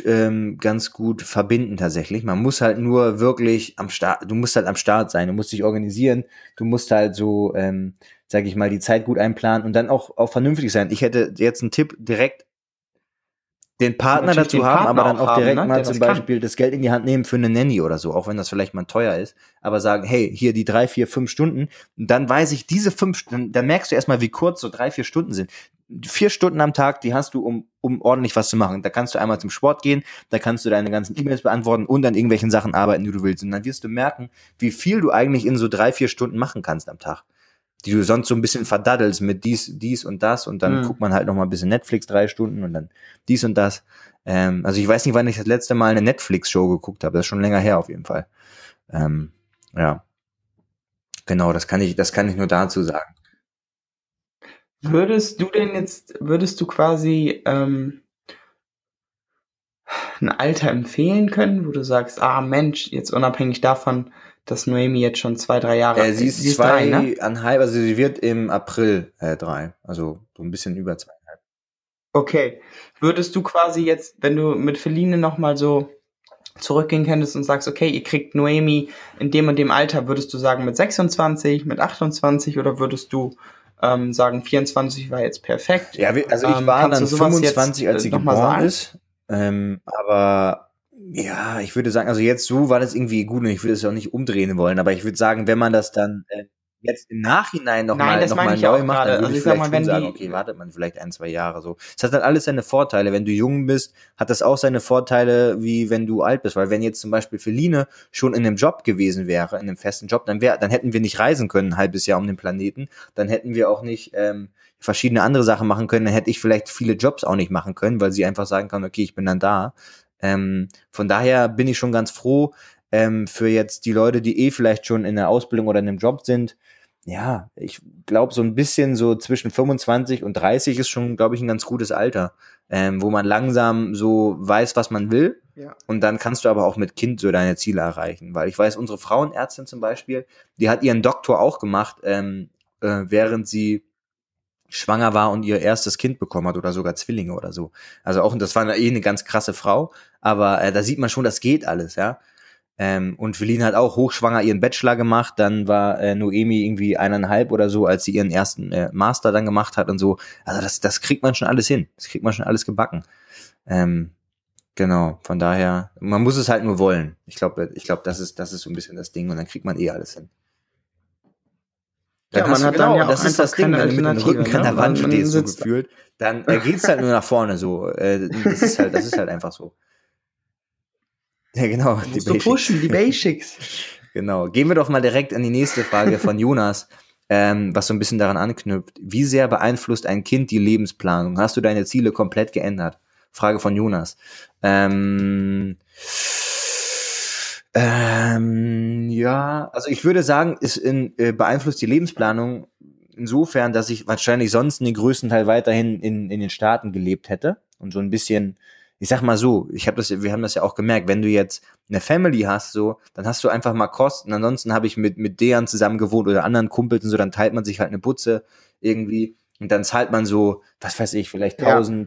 verbinden tatsächlich. Man muss halt nur wirklich du musst halt am Start sein, du musst dich organisieren, du musst halt so, sag ich mal, die Zeit gut einplanen und dann auch vernünftig sein. Ich hätte jetzt einen Tipp direkt, den Partner dazu haben, aber dann auch direkt mal zum Beispiel das Geld in die Hand nehmen für eine Nanny oder so, auch wenn das vielleicht mal teuer ist, aber sagen, hey, hier die 3, 4, 5 Stunden, und dann weiß ich, diese 5 Stunden, dann merkst du erstmal, wie kurz so 3, 4 Stunden sind. 4 Stunden am Tag, die hast du, um ordentlich was zu machen. Da kannst du einmal zum Sport gehen, da kannst du deine ganzen E-Mails beantworten und an irgendwelchen Sachen arbeiten, die du willst. Und dann wirst du merken, wie viel du eigentlich in so 3, 4 Stunden machen kannst am Tag, die du sonst so ein bisschen verdaddelst mit dies und das und dann guckt man halt noch mal ein bisschen Netflix 3 Stunden und dann dies und das. Also ich weiß nicht, wann ich das letzte Mal eine Netflix-Show geguckt habe. Das ist schon länger her auf jeden Fall. Ja, genau, das kann ich nur dazu sagen. Würdest du quasi ein Alter empfehlen können, wo du sagst, Mensch, jetzt unabhängig davon, dass Noemi jetzt schon 2, 3 Jahre sie ist 2,5, also sie wird im April 3, also so ein bisschen über 2,5. Okay. Würdest du quasi jetzt, wenn du mit Feline nochmal so zurückgehen könntest und sagst, okay, ihr kriegt Noemi in dem und dem Alter, würdest du sagen mit 26, mit 28 oder würdest du sagen 24 war jetzt perfekt? Ja, also ich war dann 25, als sie geboren ist, aber ja, ich würde sagen, also jetzt so war das irgendwie gut und ich würde es auch nicht umdrehen wollen, aber ich würde sagen, wenn man das dann jetzt im Nachhinein noch mal neu macht, dann würde ich vielleicht schon sagen, okay, wartet man vielleicht 1, 2 Jahre so. Es hat dann alles seine Vorteile. Wenn du jung bist, hat das auch seine Vorteile, wie wenn du alt bist. Weil wenn jetzt zum Beispiel Feline schon in einem Job gewesen wäre, in einem festen Job, dann hätten wir nicht reisen können ein halbes Jahr um den Planeten. Dann hätten wir auch nicht verschiedene andere Sachen machen können. Dann hätte ich vielleicht viele Jobs auch nicht machen können, weil sie einfach sagen kann, okay, ich bin dann da. Von daher bin ich schon ganz froh für jetzt die Leute, die vielleicht schon in der Ausbildung oder in einem Job sind. Ja, ich glaube, so ein bisschen so zwischen 25 und 30 ist schon, glaube ich, ein ganz gutes Alter, wo man langsam so weiß, was man will. Ja. Und dann kannst du aber auch mit Kind so deine Ziele erreichen. Weil ich weiß, unsere Frauenärztin zum Beispiel, die hat ihren Doktor auch gemacht, während sie schwanger war und ihr erstes Kind bekommen hat oder sogar Zwillinge oder so. Also auch, das war eine ganz krasse Frau, aber da sieht man schon, das geht alles, ja. Und Feline hat auch hochschwanger ihren Bachelor gemacht, dann war Noemi irgendwie 1,5 oder so, als sie ihren ersten Master dann gemacht hat und so. Also das kriegt man schon alles hin, das kriegt man schon alles gebacken. Genau, von daher, man muss es halt nur wollen. Ich glaube, das ist so ein bisschen das Ding und dann kriegt man alles hin. Dann man hat dann ja das ist das Ding, wenn du mit dem Rücken an der Wand stehst, so gefühlt, dann geht's halt nur nach vorne so. Das ist halt einfach so. Ja, genau. Die Basics. Genau. Gehen wir doch mal direkt an die nächste Frage von Jonas, was so ein bisschen daran anknüpft. Wie sehr beeinflusst ein Kind die Lebensplanung? Hast du deine Ziele komplett geändert? Frage von Jonas. Ja, also ich würde sagen, beeinflusst die Lebensplanung insofern, dass ich wahrscheinlich sonst den größten Teil weiterhin in den Staaten gelebt hätte und so ein bisschen, ich sag mal so, wir haben das ja auch gemerkt, wenn du jetzt eine Family hast, so, dann hast du einfach mal Kosten. Ansonsten habe ich mit Dejan zusammen gewohnt oder anderen Kumpels und so, dann teilt man sich halt eine Butze irgendwie und dann zahlt man so, was weiß ich, vielleicht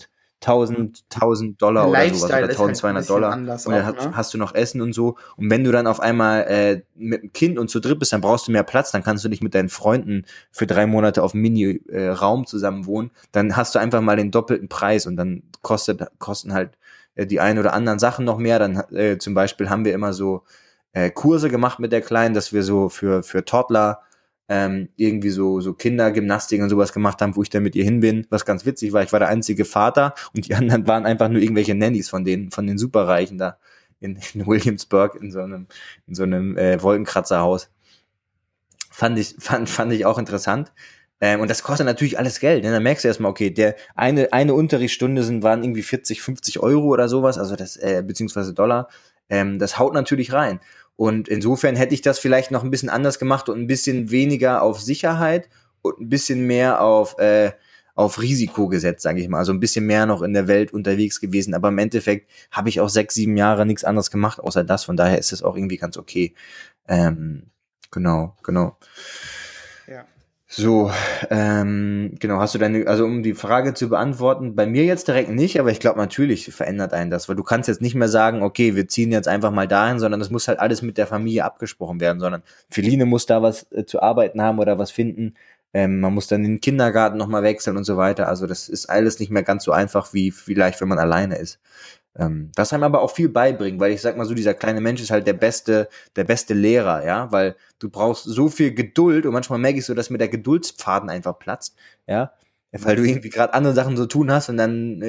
1000 Dollar oder sowas oder 1200 Dollar und dann hast du noch Essen und so und wenn du dann auf einmal mit dem Kind und zu dritt bist, dann brauchst du mehr Platz, dann kannst du nicht mit deinen Freunden für 3 Monate auf einem Mini-Raum zusammen wohnen, dann hast du einfach mal den doppelten Preis und dann kosten halt die ein oder anderen Sachen noch mehr, dann zum Beispiel haben wir immer so Kurse gemacht mit der Kleinen, dass wir so für Toddler irgendwie so Kindergymnastik und sowas gemacht haben, wo ich dann mit ihr hin bin, was ganz witzig war. Ich war der einzige Vater und die anderen waren einfach nur irgendwelche Nannies von den Superreichen da in Williamsburg in so einem Wolkenkratzerhaus. Fand ich auch interessant. Und das kostet natürlich alles Geld. Ne? Dann merkst du erstmal, okay, eine Unterrichtsstunde waren irgendwie 40, 50 Euro oder sowas, also das, beziehungsweise Dollar. Das haut natürlich rein. Und insofern hätte ich das vielleicht noch ein bisschen anders gemacht und ein bisschen weniger auf Sicherheit und ein bisschen mehr auf Risiko gesetzt, sage ich mal. Also ein bisschen mehr noch in der Welt unterwegs gewesen. Aber im Endeffekt habe ich auch 6, 7 Jahre nichts anderes gemacht, außer das. Von daher ist es auch irgendwie ganz okay. Genau. Ja. So, genau, hast du also um die Frage zu beantworten, bei mir jetzt direkt nicht, aber ich glaube natürlich verändert einen das, weil du kannst jetzt nicht mehr sagen, okay, wir ziehen jetzt einfach mal dahin, sondern das muss halt alles mit der Familie abgesprochen werden, sondern Feline muss da was zu arbeiten haben oder was finden, man muss dann in den Kindergarten nochmal wechseln und so weiter, also das ist alles nicht mehr ganz so einfach wie vielleicht, wenn man alleine ist. Was einem aber auch viel beibringt, weil ich sag mal so, dieser kleine Mensch ist halt der beste Lehrer, ja, weil du brauchst so viel Geduld und manchmal merke ich so, dass mir der Geduldsfaden einfach platzt, ja, weil du irgendwie gerade andere Sachen so tun hast und dann,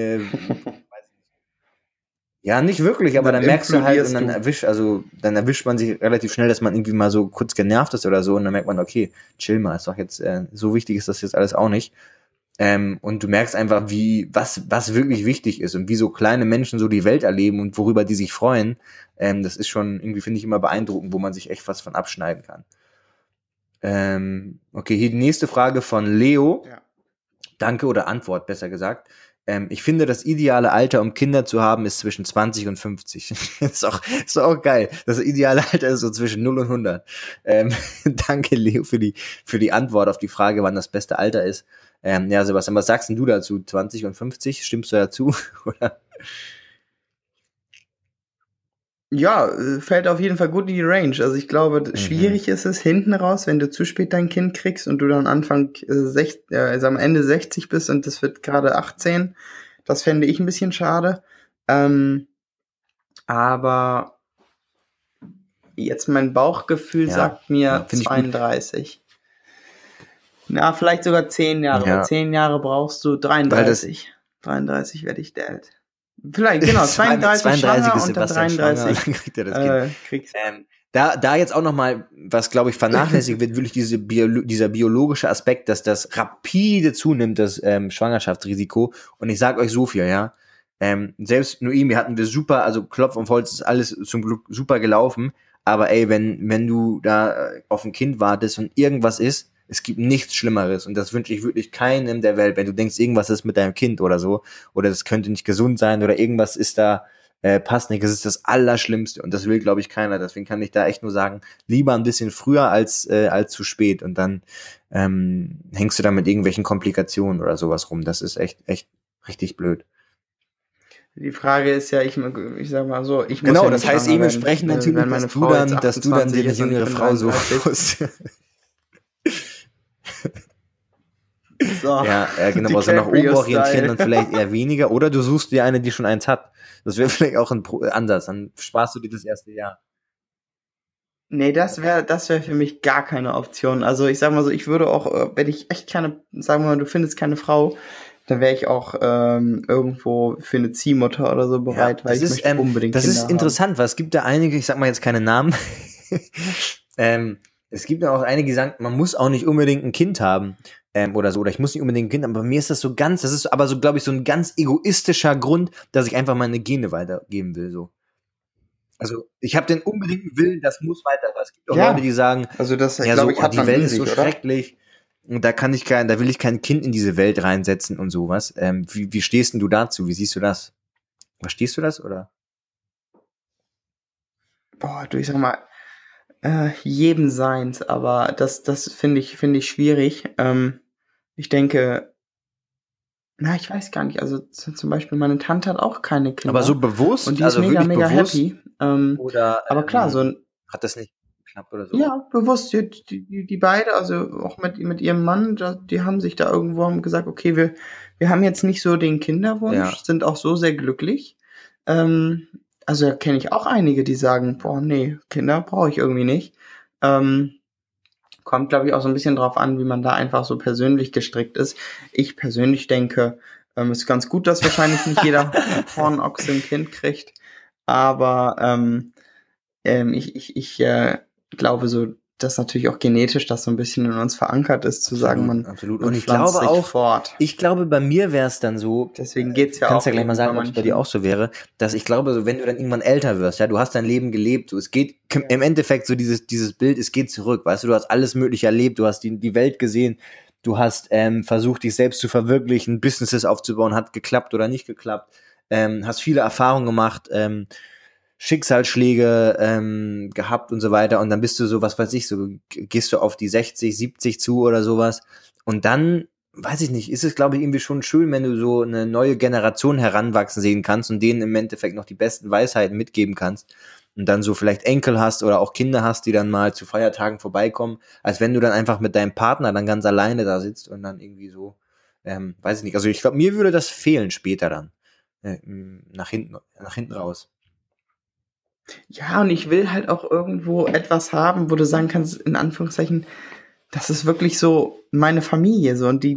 ja, nicht wirklich, aber dann merkst du halt und dann erwischt man sich relativ schnell, dass man irgendwie mal so kurz genervt ist oder so und dann merkt man, okay, chill mal, ist doch jetzt, so wichtig ist das jetzt alles auch nicht. Und du merkst einfach, was wirklich wichtig ist und wie so kleine Menschen so die Welt erleben und worüber die sich freuen. Das ist schon irgendwie, finde ich, immer beeindruckend, wo man sich echt was von abschneiden kann. Okay, hier die nächste Frage von Leo. Ja. Danke oder Antwort, besser gesagt. Ich finde, das ideale Alter, um Kinder zu haben, ist zwischen 20 und 50. ist auch geil. Das ideale Alter ist so zwischen 0 und 100. Danke, Leo, für die Antwort auf die Frage, wann das beste Alter ist. Ja, Sebastian, was sagst denn du dazu? 20 und 50? Stimmst du dazu? Oder? Ja, fällt auf jeden Fall gut in die Range. Also ich glaube, schwierig ist es hinten raus, wenn du zu spät dein Kind kriegst und du dann also am Ende 60 bist und das wird gerade 18. Das fände ich ein bisschen schade. Aber jetzt mein Bauchgefühl sagt mir 32. Na, vielleicht sogar 10 Jahre. Ja. 10 Jahre brauchst du 33. 33 werde ich Dad. Vielleicht, genau, 32 schwanger und dann 33 dann kriegt er das Kind. Kriegst. Da jetzt auch nochmal, was glaube ich vernachlässigt wird, wirklich dieser biologische Aspekt, dass das rapide zunimmt, das Schwangerschaftsrisiko. Und ich sage euch so viel, ja, selbst Noemi hatten wir super, also Klopf auf Holz ist alles zum Glück super gelaufen, aber ey, wenn du da auf ein Kind wartest und irgendwas ist, es gibt nichts Schlimmeres und das wünsche ich wirklich keinem der Welt, wenn du denkst, irgendwas ist mit deinem Kind oder so oder das könnte nicht gesund sein oder irgendwas ist da, passt nicht, das ist das Allerschlimmste und das will, glaube ich, keiner, deswegen kann ich da echt nur sagen, lieber ein bisschen früher als zu spät und dann hängst du da mit irgendwelchen Komplikationen oder sowas rum, das ist echt richtig blöd. Die Frage ist ja, ich sag mal so, ich muss genau, ja das heißt dementsprechend natürlich, dass du dann dir eine jüngere Frau suchst. So, ja, genau, also nach oben orientieren dann vielleicht eher weniger. Oder du suchst dir eine, die schon eins hat. Das wäre vielleicht auch anders. Dann sparst du dir das erste Jahr. Nee, das wäre für mich gar keine Option. Also ich sag mal so, ich würde auch, wenn ich echt sagen wir mal, du findest keine Frau, dann wäre ich auch irgendwo für eine Ziehmutter oder so bereit, weil ich möchte unbedingt das Kinder ist interessant, weil es gibt da einige, ich sag mal jetzt keine Namen, es gibt ja auch einige, die sagen, man muss auch nicht unbedingt ein Kind haben oder so, oder ich muss nicht unbedingt ein Kind haben, aber bei mir ist das das ist aber so, glaube ich, so ein ganz egoistischer Grund, dass ich einfach meine Gene weitergeben will, so. Also, ich habe den unbedingten Willen, das muss weiter, aber es gibt auch Leute, die sagen, also das, ja, so, die Welt ist so schrecklich, Und da will ich kein Kind in diese Welt reinsetzen und sowas. Wie stehst denn du dazu? Wie siehst du das? Verstehst du das, oder? Boah, du, ich sag mal, jedem seins, aber das finde ich schwierig. Ich denke, ich weiß gar nicht, also zum Beispiel meine Tante hat auch keine Kinder. Aber so bewusst, und die also ist mega, wirklich mega bewusst, happy. oder Aber klar, so ein, hat das nicht geklappt oder so? ja, bewusst, die beide, also auch mit ihrem Mann, die haben sich da irgendwo haben gesagt, okay, wir haben jetzt nicht so den Kinderwunsch, Ja. sind auch so sehr glücklich. Also da kenne ich auch einige, die sagen, boah, nee, Kinder brauche ich irgendwie nicht. Kommt, glaube ich, auch so ein bisschen drauf an, wie man da einfach so persönlich gestrickt ist. Ich persönlich denke, ist ganz gut, dass wahrscheinlich nicht jeder Hornochse ein Kind kriegt. Aber ich glaube so, dass natürlich auch genetisch das so ein bisschen in uns verankert ist, zu sagen, man Absolut. man Und ich pflanzt glaube sich auch, fort. ich glaube, bei mir wäre es dann so, Deswegen geht's ja kannst auch ja gleich mal eben sagen, bei ob es bei manchen. dir auch so wäre, dass ich glaube, so, wenn du dann irgendwann älter wirst, ja, du hast dein Leben gelebt, so, es geht im Endeffekt so dieses Bild, es geht zurück, weißt du hast alles Mögliche erlebt, du hast die Welt gesehen, du hast versucht, dich selbst zu verwirklichen, Businesses aufzubauen, hat geklappt oder nicht geklappt, hast viele Erfahrungen gemacht, Schicksalsschläge gehabt und so weiter und dann bist du so, was weiß ich, so gehst du auf die 60, 70 zu oder sowas und dann, weiß ich nicht, ist es glaube ich irgendwie schon schön, wenn du so eine neue Generation heranwachsen sehen kannst und denen im Endeffekt noch die besten Weisheiten mitgeben kannst und dann so vielleicht Enkel hast oder auch Kinder hast, die dann mal zu Feiertagen vorbeikommen, als wenn du dann einfach mit deinem Partner dann ganz alleine da sitzt und dann irgendwie so, weiß ich nicht, also ich glaube, mir würde das fehlen später dann, nach hinten raus. Ja, und ich will halt auch irgendwo etwas haben, wo du sagen kannst, in Anführungszeichen, das ist wirklich so meine Familie, so, und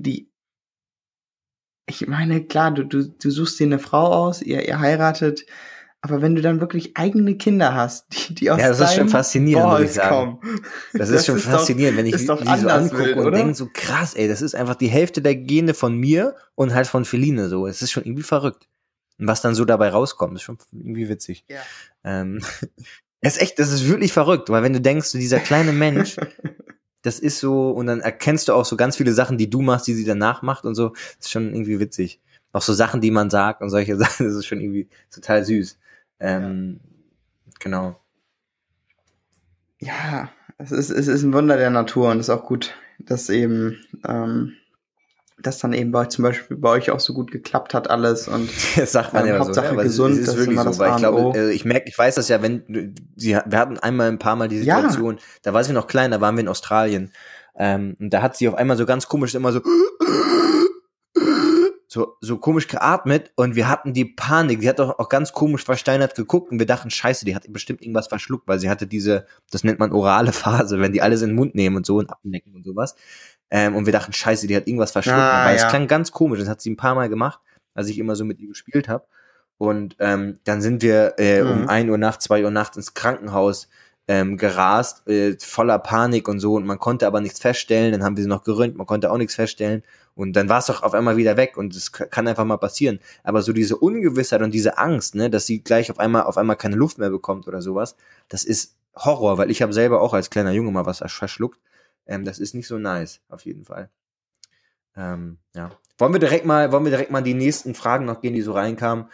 ich meine, klar, du suchst dir eine Frau aus, ihr heiratet, aber wenn du dann wirklich eigene Kinder hast, die aus Ja, das ist schon deinem faszinierend, muss ich Balls sagen. kommen. Das ist schon doch- faszinierend, wenn ich ist doch die so anders angucke wild, und oder? denke so, krass, ey, das ist einfach die Hälfte der Gene von mir und halt von Feline so. Es ist schon irgendwie verrückt. Und was dann so dabei rauskommt, ist schon irgendwie witzig. Ja. Es ist echt, das ist wirklich verrückt, weil wenn du denkst, so dieser kleine Mensch, das ist so, und dann erkennst du auch so ganz viele Sachen, die du machst, die sie danach macht und so, das ist schon irgendwie witzig. Auch so Sachen, die man sagt und solche Sachen, das ist schon irgendwie total süß. Genau. Ja, es ist ein Wunder der Natur und es ist auch gut, dass eben, dass dann eben zum Beispiel bei euch auch so gut geklappt hat alles und Das sagt man ja so, Hauptsache ne? Aber gesund, es ist das ist wirklich immer so, das weil A ich und O. glaube, ich weiß das ja, wir hatten ein paar Mal die Situation, da war sie noch klein, da waren wir in Australien, und da hat sie auf einmal so ganz komisch immer so komisch geatmet und wir hatten die Panik, die hat auch ganz komisch versteinert geguckt und wir dachten, scheiße, die hat bestimmt irgendwas verschluckt, weil sie hatte das nennt man orale Phase, wenn die alles in den Mund nehmen und so und abnecken und sowas. Und wir dachten, scheiße, die hat irgendwas verschluckt, weil es klang ganz komisch, das hat sie ein paar Mal gemacht, als ich immer so mit ihr gespielt habe. Und dann sind wir um 1 Uhr nachts, 2 Uhr nachts ins Krankenhaus gerast, voller Panik und so, und man konnte aber nichts feststellen, dann haben wir sie noch geröntgt, man konnte auch nichts feststellen und dann war es doch auf einmal wieder weg und das kann einfach mal passieren. Aber so diese Ungewissheit und diese Angst, ne, dass sie gleich auf einmal keine Luft mehr bekommt oder sowas, das ist Horror, weil ich habe selber auch als kleiner Junge mal was verschluckt. Das ist nicht so nice, auf jeden Fall. Ja. Wollen wir direkt mal die nächsten Fragen noch gehen, die so reinkamen?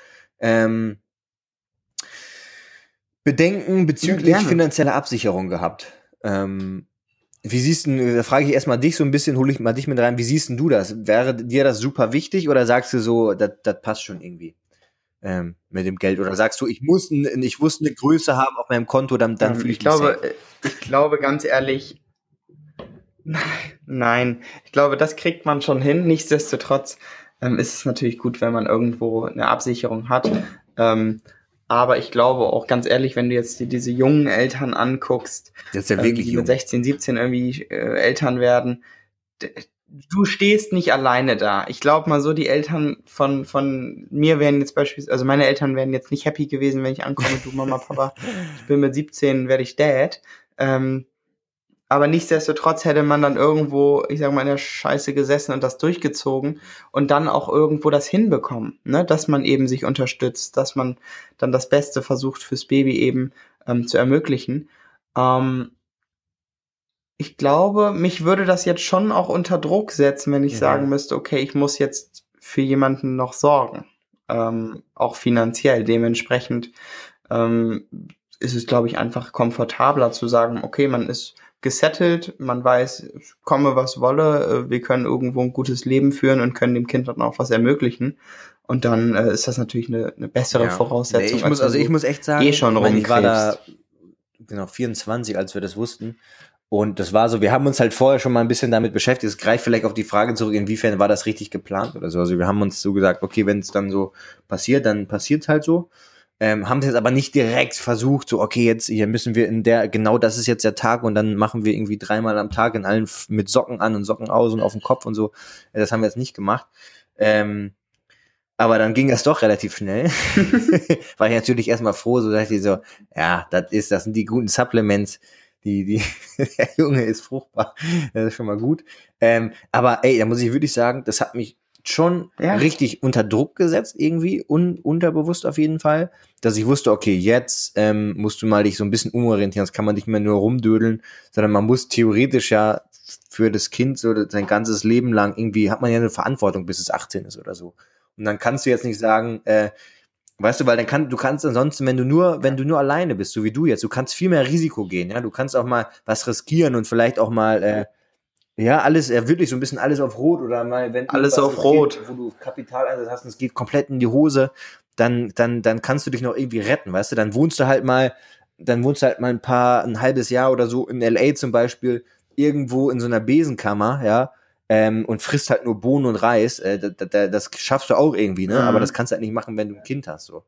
Bedenken bezüglich finanzieller Absicherung gehabt. Wie siehst du, da frage ich erstmal dich so ein bisschen, hole ich mal dich mit rein, wie siehst denn du das? Wäre dir das super wichtig oder sagst du so, das passt schon irgendwie mit dem Geld? Oder sagst du, ich muss eine Größe haben auf meinem Konto, dann fühle ich mich safe? Ich glaube ganz ehrlich, nein, ich glaube, das kriegt man schon hin. Nichtsdestotrotz ist es natürlich gut, wenn man irgendwo eine Absicherung hat. Aber ich glaube auch ganz ehrlich, wenn du jetzt dir diese jungen Eltern anguckst, Das ist ja wirklich die jung. mit 16, 17 irgendwie Eltern werden, du stehst nicht alleine da. Ich glaube mal so, die Eltern von mir wären jetzt beispielsweise, also meine Eltern wären jetzt nicht happy gewesen, wenn ich ankomme, du Mama, Papa, ich bin mit 17, werde ich Dad. Aber nichtsdestotrotz hätte man dann irgendwo, ich sag mal, in der Scheiße gesessen und das durchgezogen und dann auch irgendwo das hinbekommen, ne? Dass man eben sich unterstützt, dass man dann das Beste versucht fürs Baby eben zu ermöglichen. ich glaube, mich würde das jetzt schon auch unter Druck setzen, wenn ich sagen müsste, okay, ich muss jetzt für jemanden noch sorgen. Auch finanziell. Dementsprechend ist es, glaube ich, einfach komfortabler zu sagen, okay, man ist gesettelt, man weiß, komme was wolle, wir können irgendwo ein gutes Leben führen und können dem Kind dann auch was ermöglichen. Und dann ist das natürlich eine bessere Voraussetzung. Nee, ich muss echt sagen, ich war da 24, als wir das wussten. Und das war so, wir haben uns halt vorher schon mal ein bisschen damit beschäftigt. Es greift vielleicht auf die Frage zurück, inwiefern war das richtig geplant oder so. Also wir haben uns so gesagt, okay, wenn es dann so passiert, dann passiert es halt so. Haben es jetzt aber nicht direkt versucht, so, okay, jetzt hier müssen wir genau das ist jetzt der Tag und dann machen wir irgendwie 3-mal am Tag in allen mit Socken an und Socken aus und auf dem Kopf und so. Das haben wir jetzt nicht gemacht. Aber dann ging das doch relativ schnell. War ich natürlich erstmal froh, so dachte ich so, ja, das sind die guten Supplements. Der Junge ist fruchtbar. Das ist schon mal gut. Aber ey, da muss ich wirklich sagen, das hat mich schon richtig unter Druck gesetzt irgendwie, unterbewusst auf jeden Fall, dass ich wusste, okay, jetzt musst du mal dich so ein bisschen umorientieren, das kann man nicht mehr nur rumdödeln, sondern man muss theoretisch ja für das Kind so sein ganzes Leben lang irgendwie, hat man ja eine Verantwortung, bis es 18 ist oder so. Und dann kannst du jetzt nicht sagen, weißt du, weil du kannst ansonsten, wenn du nur alleine bist, so wie du jetzt, du kannst viel mehr Risiko gehen, ja, du kannst auch mal was riskieren und vielleicht auch mal, alles, wirklich so ein bisschen alles auf Rot oder mal, wenn alles auf Rot, wo du Kapitaleinsatz hast und es geht komplett in die Hose, dann kannst du dich noch irgendwie retten, weißt du, dann wohnst du halt mal ein halbes Jahr oder so in LA zum Beispiel, irgendwo in so einer Besenkammer, ja, und frisst halt nur Bohnen und Reis, das schaffst du auch irgendwie, ne? Aber das kannst du halt nicht machen, wenn du ein Kind hast, so.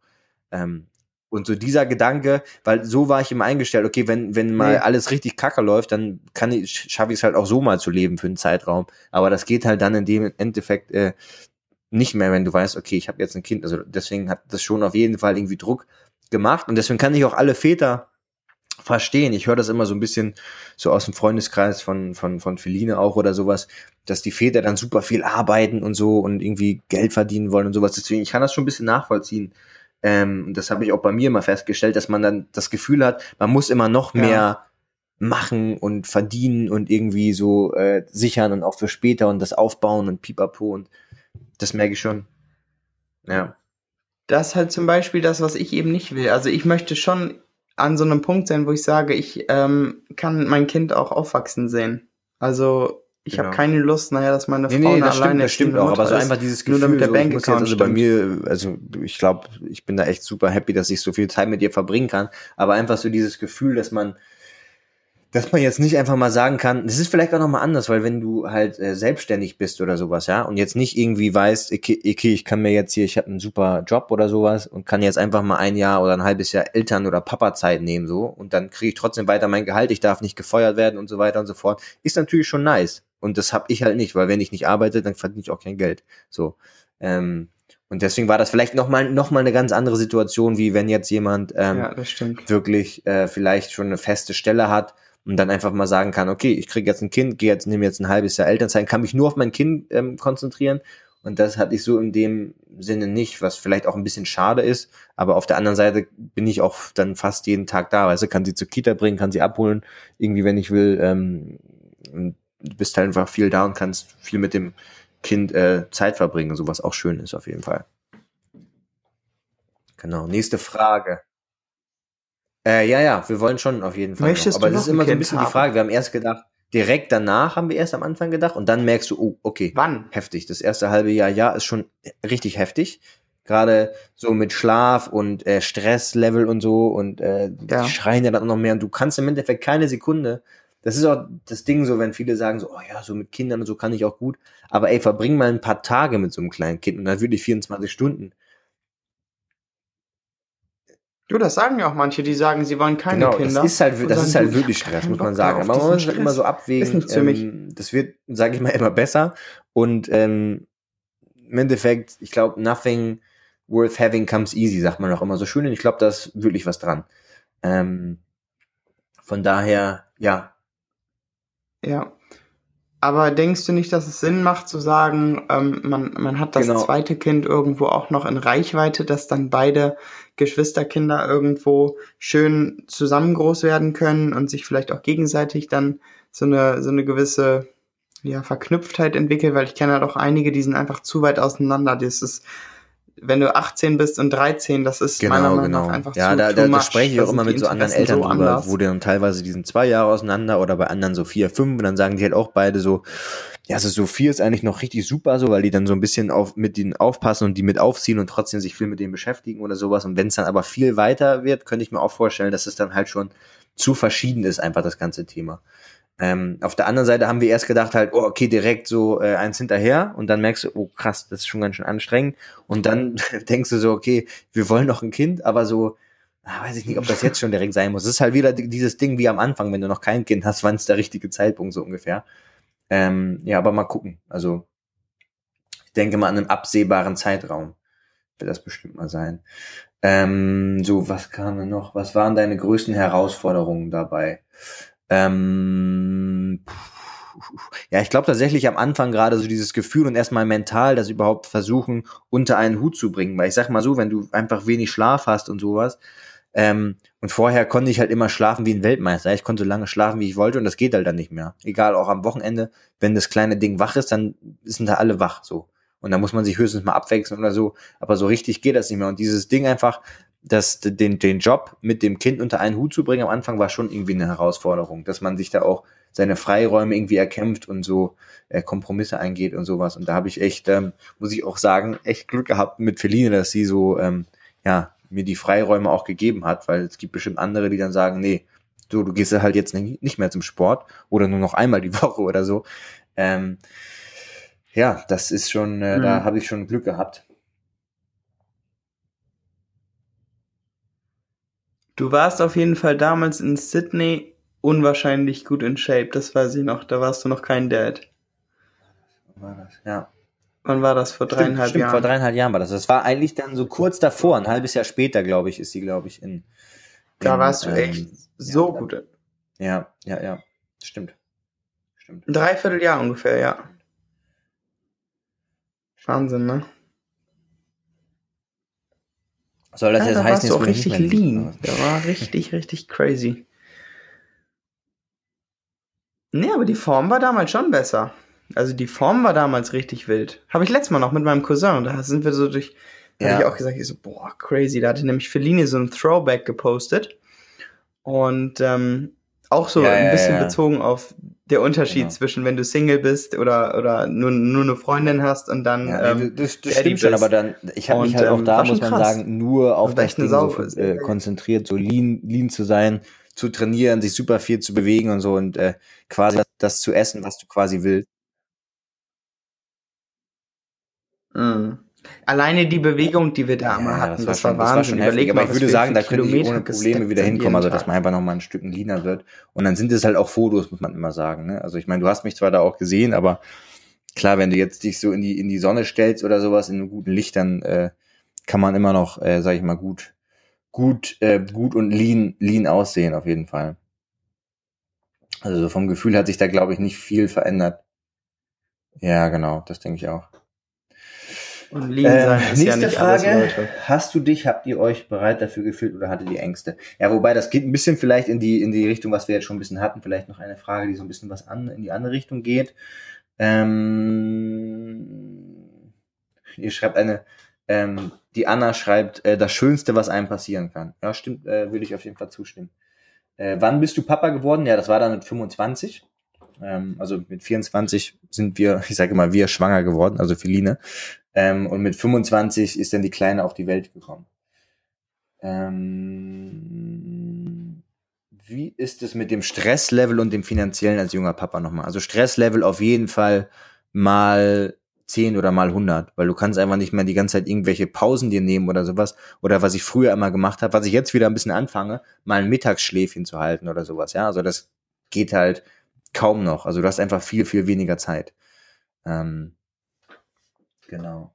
Und so dieser Gedanke, weil so war ich immer eingestellt, okay, wenn mal alles richtig kacke läuft, dann schaffe ich es halt auch so mal zu leben für einen Zeitraum. Aber das geht halt dann in dem Endeffekt nicht mehr, wenn du weißt, okay, ich habe jetzt ein Kind. Also deswegen hat das schon auf jeden Fall irgendwie Druck gemacht. Und deswegen kann ich auch alle Väter verstehen. Ich höre das immer so ein bisschen so aus dem Freundeskreis von Feline auch oder sowas, dass die Väter dann super viel arbeiten und so und irgendwie Geld verdienen wollen und sowas. Deswegen, ich kann das schon ein bisschen nachvollziehen. Das habe ich auch bei mir immer festgestellt, dass man dann das Gefühl hat, man muss immer noch mehr machen und verdienen und irgendwie so sichern und auch für später und das aufbauen und pipapo und das merke ich schon. Ja. Das ist halt zum Beispiel das, was ich eben nicht will. Also ich möchte schon an so einem Punkt sein, wo ich sage, ich kann mein Kind auch aufwachsen sehen. Also ich habe keine Lust, dass meine Frau alleine das stimmt auch, aber so einfach dieses Gefühl, nur damit der so, Bankaccount also bei mir, also ich glaube, ich bin da echt super happy, dass ich so viel Zeit mit ihr verbringen kann, aber einfach so dieses Gefühl, dass man jetzt nicht einfach mal sagen kann, das ist vielleicht auch nochmal anders, weil wenn du halt selbstständig bist oder sowas, ja, und jetzt nicht irgendwie weißt, okay, ich kann mir jetzt hier, ich habe einen super Job oder sowas und kann jetzt einfach mal ein Jahr oder ein halbes Jahr Eltern- oder Papa-Zeit nehmen, so, und dann kriege ich trotzdem weiter mein Gehalt, ich darf nicht gefeuert werden und so weiter und so fort, ist natürlich schon nice. Und das habe ich halt nicht, weil wenn ich nicht arbeite, dann verdiene ich auch kein Geld. So. Und deswegen war das vielleicht noch mal eine ganz andere Situation, wie wenn jetzt jemand das stimmt. wirklich vielleicht schon eine feste Stelle hat und dann einfach mal sagen kann, okay, ich kriege jetzt ein Kind, nehme jetzt ein halbes Jahr Elternzeit, kann mich nur auf mein Kind konzentrieren. Und das hatte ich so in dem Sinne nicht, was vielleicht auch ein bisschen schade ist. Aber auf der anderen Seite bin ich auch dann fast jeden Tag da. Weißt du, kann sie zur Kita bringen, kann sie abholen, irgendwie, wenn ich will. Du bist halt einfach viel da und kannst viel mit dem Kind Zeit verbringen, so was auch schön ist auf jeden Fall. Genau, nächste Frage. Ja, wir wollen schon auf jeden Fall Möchtest noch. Aber du das ist noch ein immer so ein Kind bisschen die haben? Frage. Wir haben erst gedacht, direkt danach haben wir erst am Anfang gedacht und dann merkst du, oh, okay, Wann? heftig. Das erste halbe Jahr ist schon richtig heftig. Gerade so mit Schlaf und Stresslevel und so und die schreien ja dann noch mehr und du kannst im Endeffekt keine Sekunde. Das ist auch das Ding so, wenn viele sagen so, oh ja, so mit Kindern und so kann ich auch gut. Aber ey, verbring mal ein paar Tage mit so einem kleinen Kind und dann wirklich 24 Stunden. Du, das sagen ja auch manche, die sagen, sie wollen keine Kinder. Das ist halt wirklich Stress, muss man sagen. Aber man muss halt immer so abwägen. Ist nichts für mich. Das wird, sage ich mal, immer besser. Und im Endeffekt, ich glaube, nothing worth having comes easy, sagt man auch immer so schön. Und ich glaube, da ist wirklich was dran. Von daher, ja. Ja. Aber denkst du nicht, dass es Sinn macht zu sagen, man hat das Genau. zweite Kind irgendwo auch noch in Reichweite, dass dann beide Geschwisterkinder irgendwo schön zusammen groß werden können und sich vielleicht auch gegenseitig dann so eine gewisse Verknüpftheit entwickelt, weil ich kenne halt auch einige, die sind einfach zu weit auseinander. Das ist, wenn du 18 bist und 13, das ist meiner Meinung nach einfach Ja, too da much. spreche ich Da auch sind immer die mit so anderen Interessen Eltern so drüber, anders. wo dann teilweise die sind 2 Jahre auseinander oder bei anderen so 4, 5 und dann sagen die halt auch beide so, ja, also so 4 ist eigentlich noch richtig super so, weil die dann so ein bisschen mit denen aufpassen und die mit aufziehen und trotzdem sich viel mit denen beschäftigen oder sowas. Und wenn es dann aber viel weiter wird, könnte ich mir auch vorstellen, dass es dann halt schon zu verschieden ist, einfach das ganze Thema. Auf der anderen Seite haben wir erst gedacht halt, oh, okay, direkt so eins hinterher und dann merkst du, oh krass, das ist schon ganz schön anstrengend und dann denkst du so, okay, wir wollen noch ein Kind, aber so, weiß ich nicht, ob das jetzt schon direkt sein muss. Es ist halt wieder dieses Ding wie am Anfang, wenn du noch kein Kind hast, wann ist der richtige Zeitpunkt so ungefähr. Ja, aber mal gucken. Also ich denke mal an einem absehbaren Zeitraum wird das bestimmt mal sein. So, was kam denn noch? Was waren deine größten Herausforderungen dabei? Ja, ich glaube tatsächlich am Anfang gerade so dieses Gefühl und erstmal mental das überhaupt versuchen, unter einen Hut zu bringen. Weil ich sag mal so, wenn du einfach wenig Schlaf hast und sowas, und vorher konnte ich halt immer schlafen wie ein Weltmeister. Ich konnte so lange schlafen, wie ich wollte und das geht halt dann nicht mehr. Egal, auch am Wochenende, wenn das kleine Ding wach ist, dann sind da alle wach so. Und dann muss man sich höchstens mal abwechseln oder so. Aber so richtig geht das nicht mehr. Und dieses Ding einfach, den Job mit dem Kind unter einen Hut zu bringen am Anfang war schon irgendwie eine Herausforderung, dass man sich da auch seine Freiräume irgendwie erkämpft und so Kompromisse eingeht und sowas. Und da habe ich echt, muss ich auch sagen, echt Glück gehabt mit Feline, dass sie so, mir die Freiräume auch gegeben hat, weil es gibt bestimmt andere, die dann sagen, nee, du gehst halt jetzt nicht mehr zum Sport oder nur noch einmal die Woche oder so. Ja, das ist schon, da habe ich schon Glück gehabt. Du warst auf jeden Fall damals in Sydney unwahrscheinlich gut in Shape, das weiß ich noch. Da warst du noch kein Dad. War das, ja. Wann war das? Vor 3,5 Stimmt, Jahren? vor 3,5 Jahren war das. Das war eigentlich dann so kurz davor, ein halbes Jahr später, glaube ich, ist sie, glaube ich, Da warst du echt so ja, gut. Ja. Stimmt. Ein Dreivierteljahr ungefähr, ja. Wahnsinn, ne? Soll das Ja, jetzt da heißen, warst du auch jetzt bin ich richtig nicht mehr lean. Der war richtig, richtig crazy. Nee, aber die Form war damals schon besser. Also die Form war damals richtig wild. Habe ich letztes Mal noch mit meinem Cousin. Da sind wir so durch. Da Ja. habe ich auch gesagt, ich so, boah, crazy. Da hatte nämlich Feline so ein Throwback gepostet. Und auch so ein bisschen bezogen auf der Unterschied zwischen, wenn du Single bist oder nur eine Freundin hast und dann. Ja, das stimmt schon, aber dann, ich habe mich halt auch da, muss man sagen, nur auf das Ding so konzentriert, so lean zu sein, zu trainieren, sich super viel zu bewegen und so und quasi das zu essen, was du quasi willst. Alleine die Bewegung, die wir da immer hatten, das war Wahnsinn. Das war schon heftig, aber ich würde sagen, da könnte ich ohne Probleme wieder hinkommen, also dass man einfach nochmal ein Stück leaner wird. Und dann sind es halt auch Fotos, muss man immer sagen. Ne? Also ich meine, du hast mich zwar da auch gesehen, aber klar, wenn du jetzt dich so in die Sonne stellst oder sowas, in einem guten Licht, dann kann man immer noch, sag ich mal, gut und lean aussehen, auf jeden Fall. Also vom Gefühl hat sich da, glaube ich, nicht viel verändert. Ja, genau, das denke ich auch. Und lean sein ist nächste ja nicht Frage, alles, Leute. habt ihr euch bereit dafür gefühlt oder hattet ihr Ängste? Ja, wobei, das geht ein bisschen vielleicht in die Richtung, was wir jetzt schon ein bisschen hatten, vielleicht noch eine Frage, die so ein bisschen in die andere Richtung geht. Ihr schreibt die Anna schreibt, das Schönste, was einem passieren kann. Ja, stimmt, würde ich auf jeden Fall zustimmen. Wann bist du Papa geworden? Ja, das war dann mit 25. Also mit 24 sind wir, ich sage immer, wir schwanger geworden, also Feline. Und mit 25 ist dann die Kleine auf die Welt gekommen. Wie ist es mit dem Stresslevel und dem finanziellen als junger Papa nochmal? Also Stresslevel auf jeden Fall mal 10 oder mal 100, weil du kannst einfach nicht mehr die ganze Zeit irgendwelche Pausen dir nehmen oder sowas. Oder was ich früher immer gemacht habe, was ich jetzt wieder ein bisschen anfange, mal ein Mittagsschläfchen zu halten oder sowas. Ja, also das geht halt kaum noch. Also du hast einfach viel, viel weniger Zeit. Genau.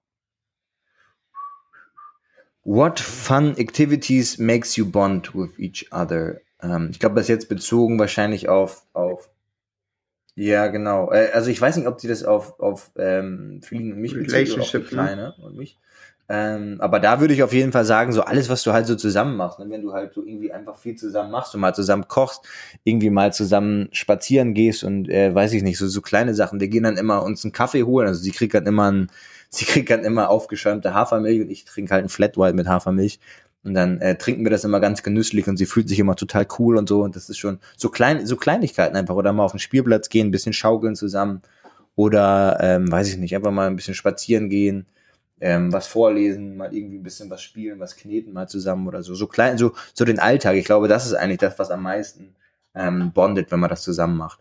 What fun activities makes you bond with each other? Ich glaube, das ist jetzt bezogen wahrscheinlich auf Ja, genau. Also ich weiß nicht, ob sie das auf Feeling und mich bezieht oder auf die Relationship, ne? Kleine und mich. Aber da würde ich auf jeden Fall sagen, so alles, was du halt so zusammen machst, ne? Wenn du halt so irgendwie einfach viel zusammen machst und mal zusammen kochst, irgendwie mal zusammen spazieren gehst und weiß ich nicht, so kleine Sachen. Wir gehen dann immer uns einen Kaffee holen, also sie kriegt dann immer aufgeschäumte Hafermilch und ich trinke halt einen Flat White mit Hafermilch. Und dann trinken wir das immer ganz genüsslich und sie fühlt sich immer total cool und so. Und das ist schon so Kleinigkeiten einfach. Oder mal auf den Spielplatz gehen, ein bisschen schaukeln zusammen. Oder, weiß ich nicht, einfach mal ein bisschen spazieren gehen, was vorlesen, mal irgendwie ein bisschen was spielen, was kneten mal zusammen oder so. So klein, so den Alltag. Ich glaube, das ist eigentlich das, was am meisten bondet, wenn man das zusammen macht.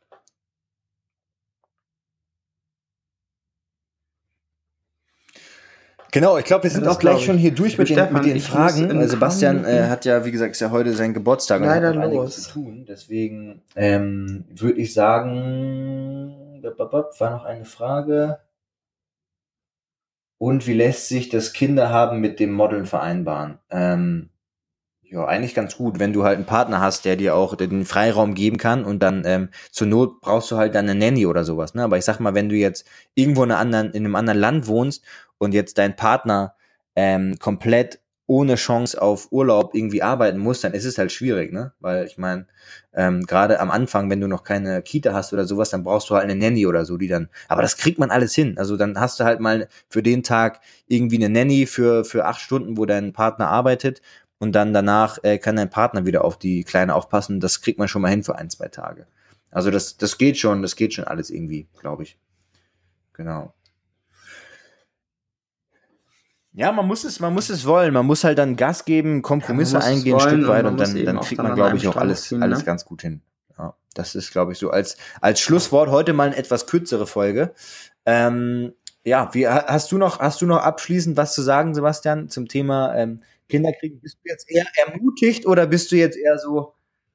Genau, ich glaube, wir sind das auch gleich glaub ich. schon hier durch Du, mit Stefan, den ich muss in Fragen. ein Sebastian paar Minuten hat ja, wie gesagt, ist ja heute sein Geburtstag und hat leider noch einiges los. zu tun. Deswegen würde ich sagen, war noch eine Frage. Und wie lässt sich das Kinderhaben mit dem Modeln vereinbaren? Ja, eigentlich ganz gut, wenn du halt einen Partner hast, der dir auch den Freiraum geben kann und dann zur Not brauchst du halt dann eine Nanny oder sowas, ne? Aber ich sag mal, wenn du jetzt irgendwo in einem anderen Land wohnst und jetzt dein Partner komplett ohne Chance auf Urlaub irgendwie arbeiten muss, dann ist es halt schwierig, ne? Weil ich meine, gerade am Anfang, wenn du noch keine Kita hast oder sowas, dann brauchst du halt eine Nanny oder so, die dann, aber das kriegt man alles hin. Also dann hast du halt mal für den Tag irgendwie eine Nanny für 8 Stunden, wo dein Partner arbeitet und dann danach kann dein Partner wieder auf die Kleine aufpassen. Das kriegt man schon mal hin für 1, 2 Tage. Also das geht schon alles irgendwie, glaube ich. Genau. Ja, man muss es wollen. Man muss halt dann Gas geben, Kompromisse muss es eingehen, ein wollen Stück und weit man und muss dann, eben dann auch kriegt dann man, an glaube einem ich, auch Strang ziehen, alles ne? ganz gut hin. Ja, das ist, glaube ich, so als Schlusswort heute mal eine etwas kürzere Folge. Ja, hast du noch abschließend was zu sagen, Sebastian, zum Thema Kinderkriegen? Bist du jetzt eher ermutigt oder bist du jetzt eher so,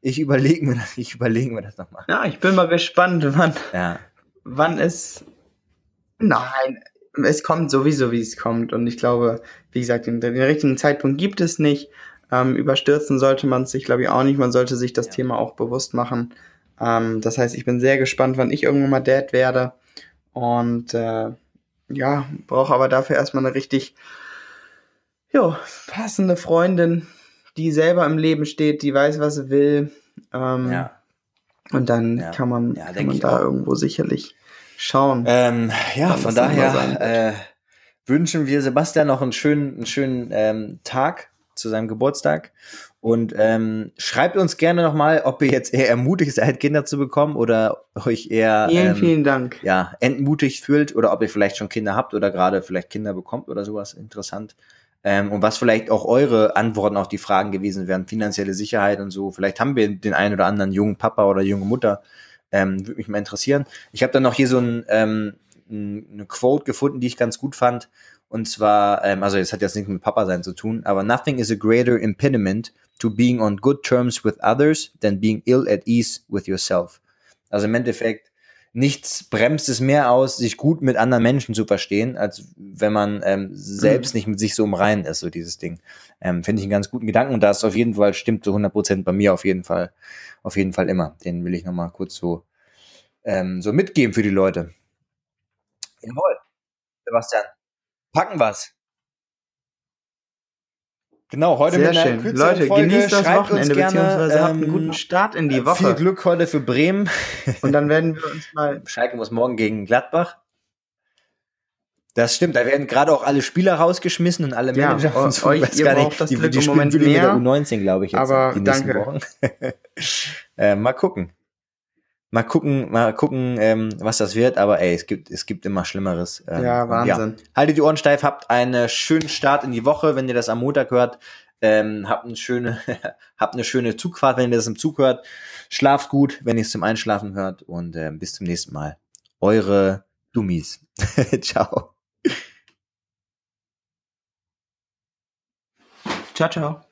ich überlege mir das nochmal. Ja, ich bin mal gespannt, Ja, wann es. Nein, es kommt sowieso, wie es kommt. Und ich glaube, wie gesagt, den richtigen Zeitpunkt gibt es nicht. Überstürzen sollte man sich, glaube ich, auch nicht. Man sollte sich das Ja. Thema auch bewusst machen. Das heißt, ich bin sehr gespannt, wann ich irgendwann mal Dad werde. Und ja, brauche aber dafür erstmal eine richtig passende Freundin, die selber im Leben steht, die weiß, was sie will. ja, Und dann ja. kann man, Ja, kann denke man ich da auch. irgendwo sicherlich schauen. Ja, wann von das dann mal sein daher wünschen wir Sebastian noch einen schönen Tag zu seinem Geburtstag und schreibt uns gerne nochmal, ob ihr jetzt eher ermutigt seid, Kinder zu bekommen oder euch eher Vielen Dank. ja, entmutigt fühlt oder ob ihr vielleicht schon Kinder habt oder gerade vielleicht Kinder bekommt oder sowas. Interessant. Und was vielleicht auch eure Antworten auf die Fragen gewesen wären, finanzielle Sicherheit und so. Vielleicht haben wir den einen oder anderen jungen Papa oder junge Mutter. Würde mich mal interessieren. Ich habe dann noch hier so eine Quote gefunden, die ich ganz gut fand. Und zwar, also es hat jetzt nichts mit Papa sein zu tun, aber nothing is a greater impediment to being on good terms with others than being ill at ease with yourself. Also im Endeffekt, nichts bremst es mehr aus, sich gut mit anderen Menschen zu verstehen, als wenn man selbst nicht mit sich so im Reinen ist, so dieses Ding. Finde ich einen ganz guten Gedanken und das auf jeden Fall stimmt zu 100% bei mir auf jeden Fall immer. Den will ich nochmal kurz so mitgeben für die Leute. Jawohl, Sebastian. Packen wir's. Genau, heute Sehr mit einer schön. kürzeren Leute, Folge. genießt das Schreibt Wochenende, uns gerne, beziehungsweise habt einen guten Start in die Woche. Viel Glück heute für Bremen. Und dann werden wir uns mal. Schalke muss morgen gegen Gladbach. Das stimmt, da werden gerade auch alle Spieler rausgeschmissen und alle Ja, Manager. und so, euch, ich weiß ihr gar braucht nicht, das die Glück im spielen Moment wirklich mit der mehr, U19, glaube ich, jetzt aber die nächsten danke. Wochen. Mal gucken. Was das wird, aber ey, es gibt immer Schlimmeres. Ja, und Wahnsinn. haltet die Ohren steif, habt einen schönen Start in die Woche, wenn ihr das am Montag hört. Habt eine schöne Zugfahrt, wenn ihr das im Zug hört. Schlaft gut, wenn ihr es zum Einschlafen hört und bis zum nächsten Mal. Eure Dummies. Ciao. Ciao, ciao.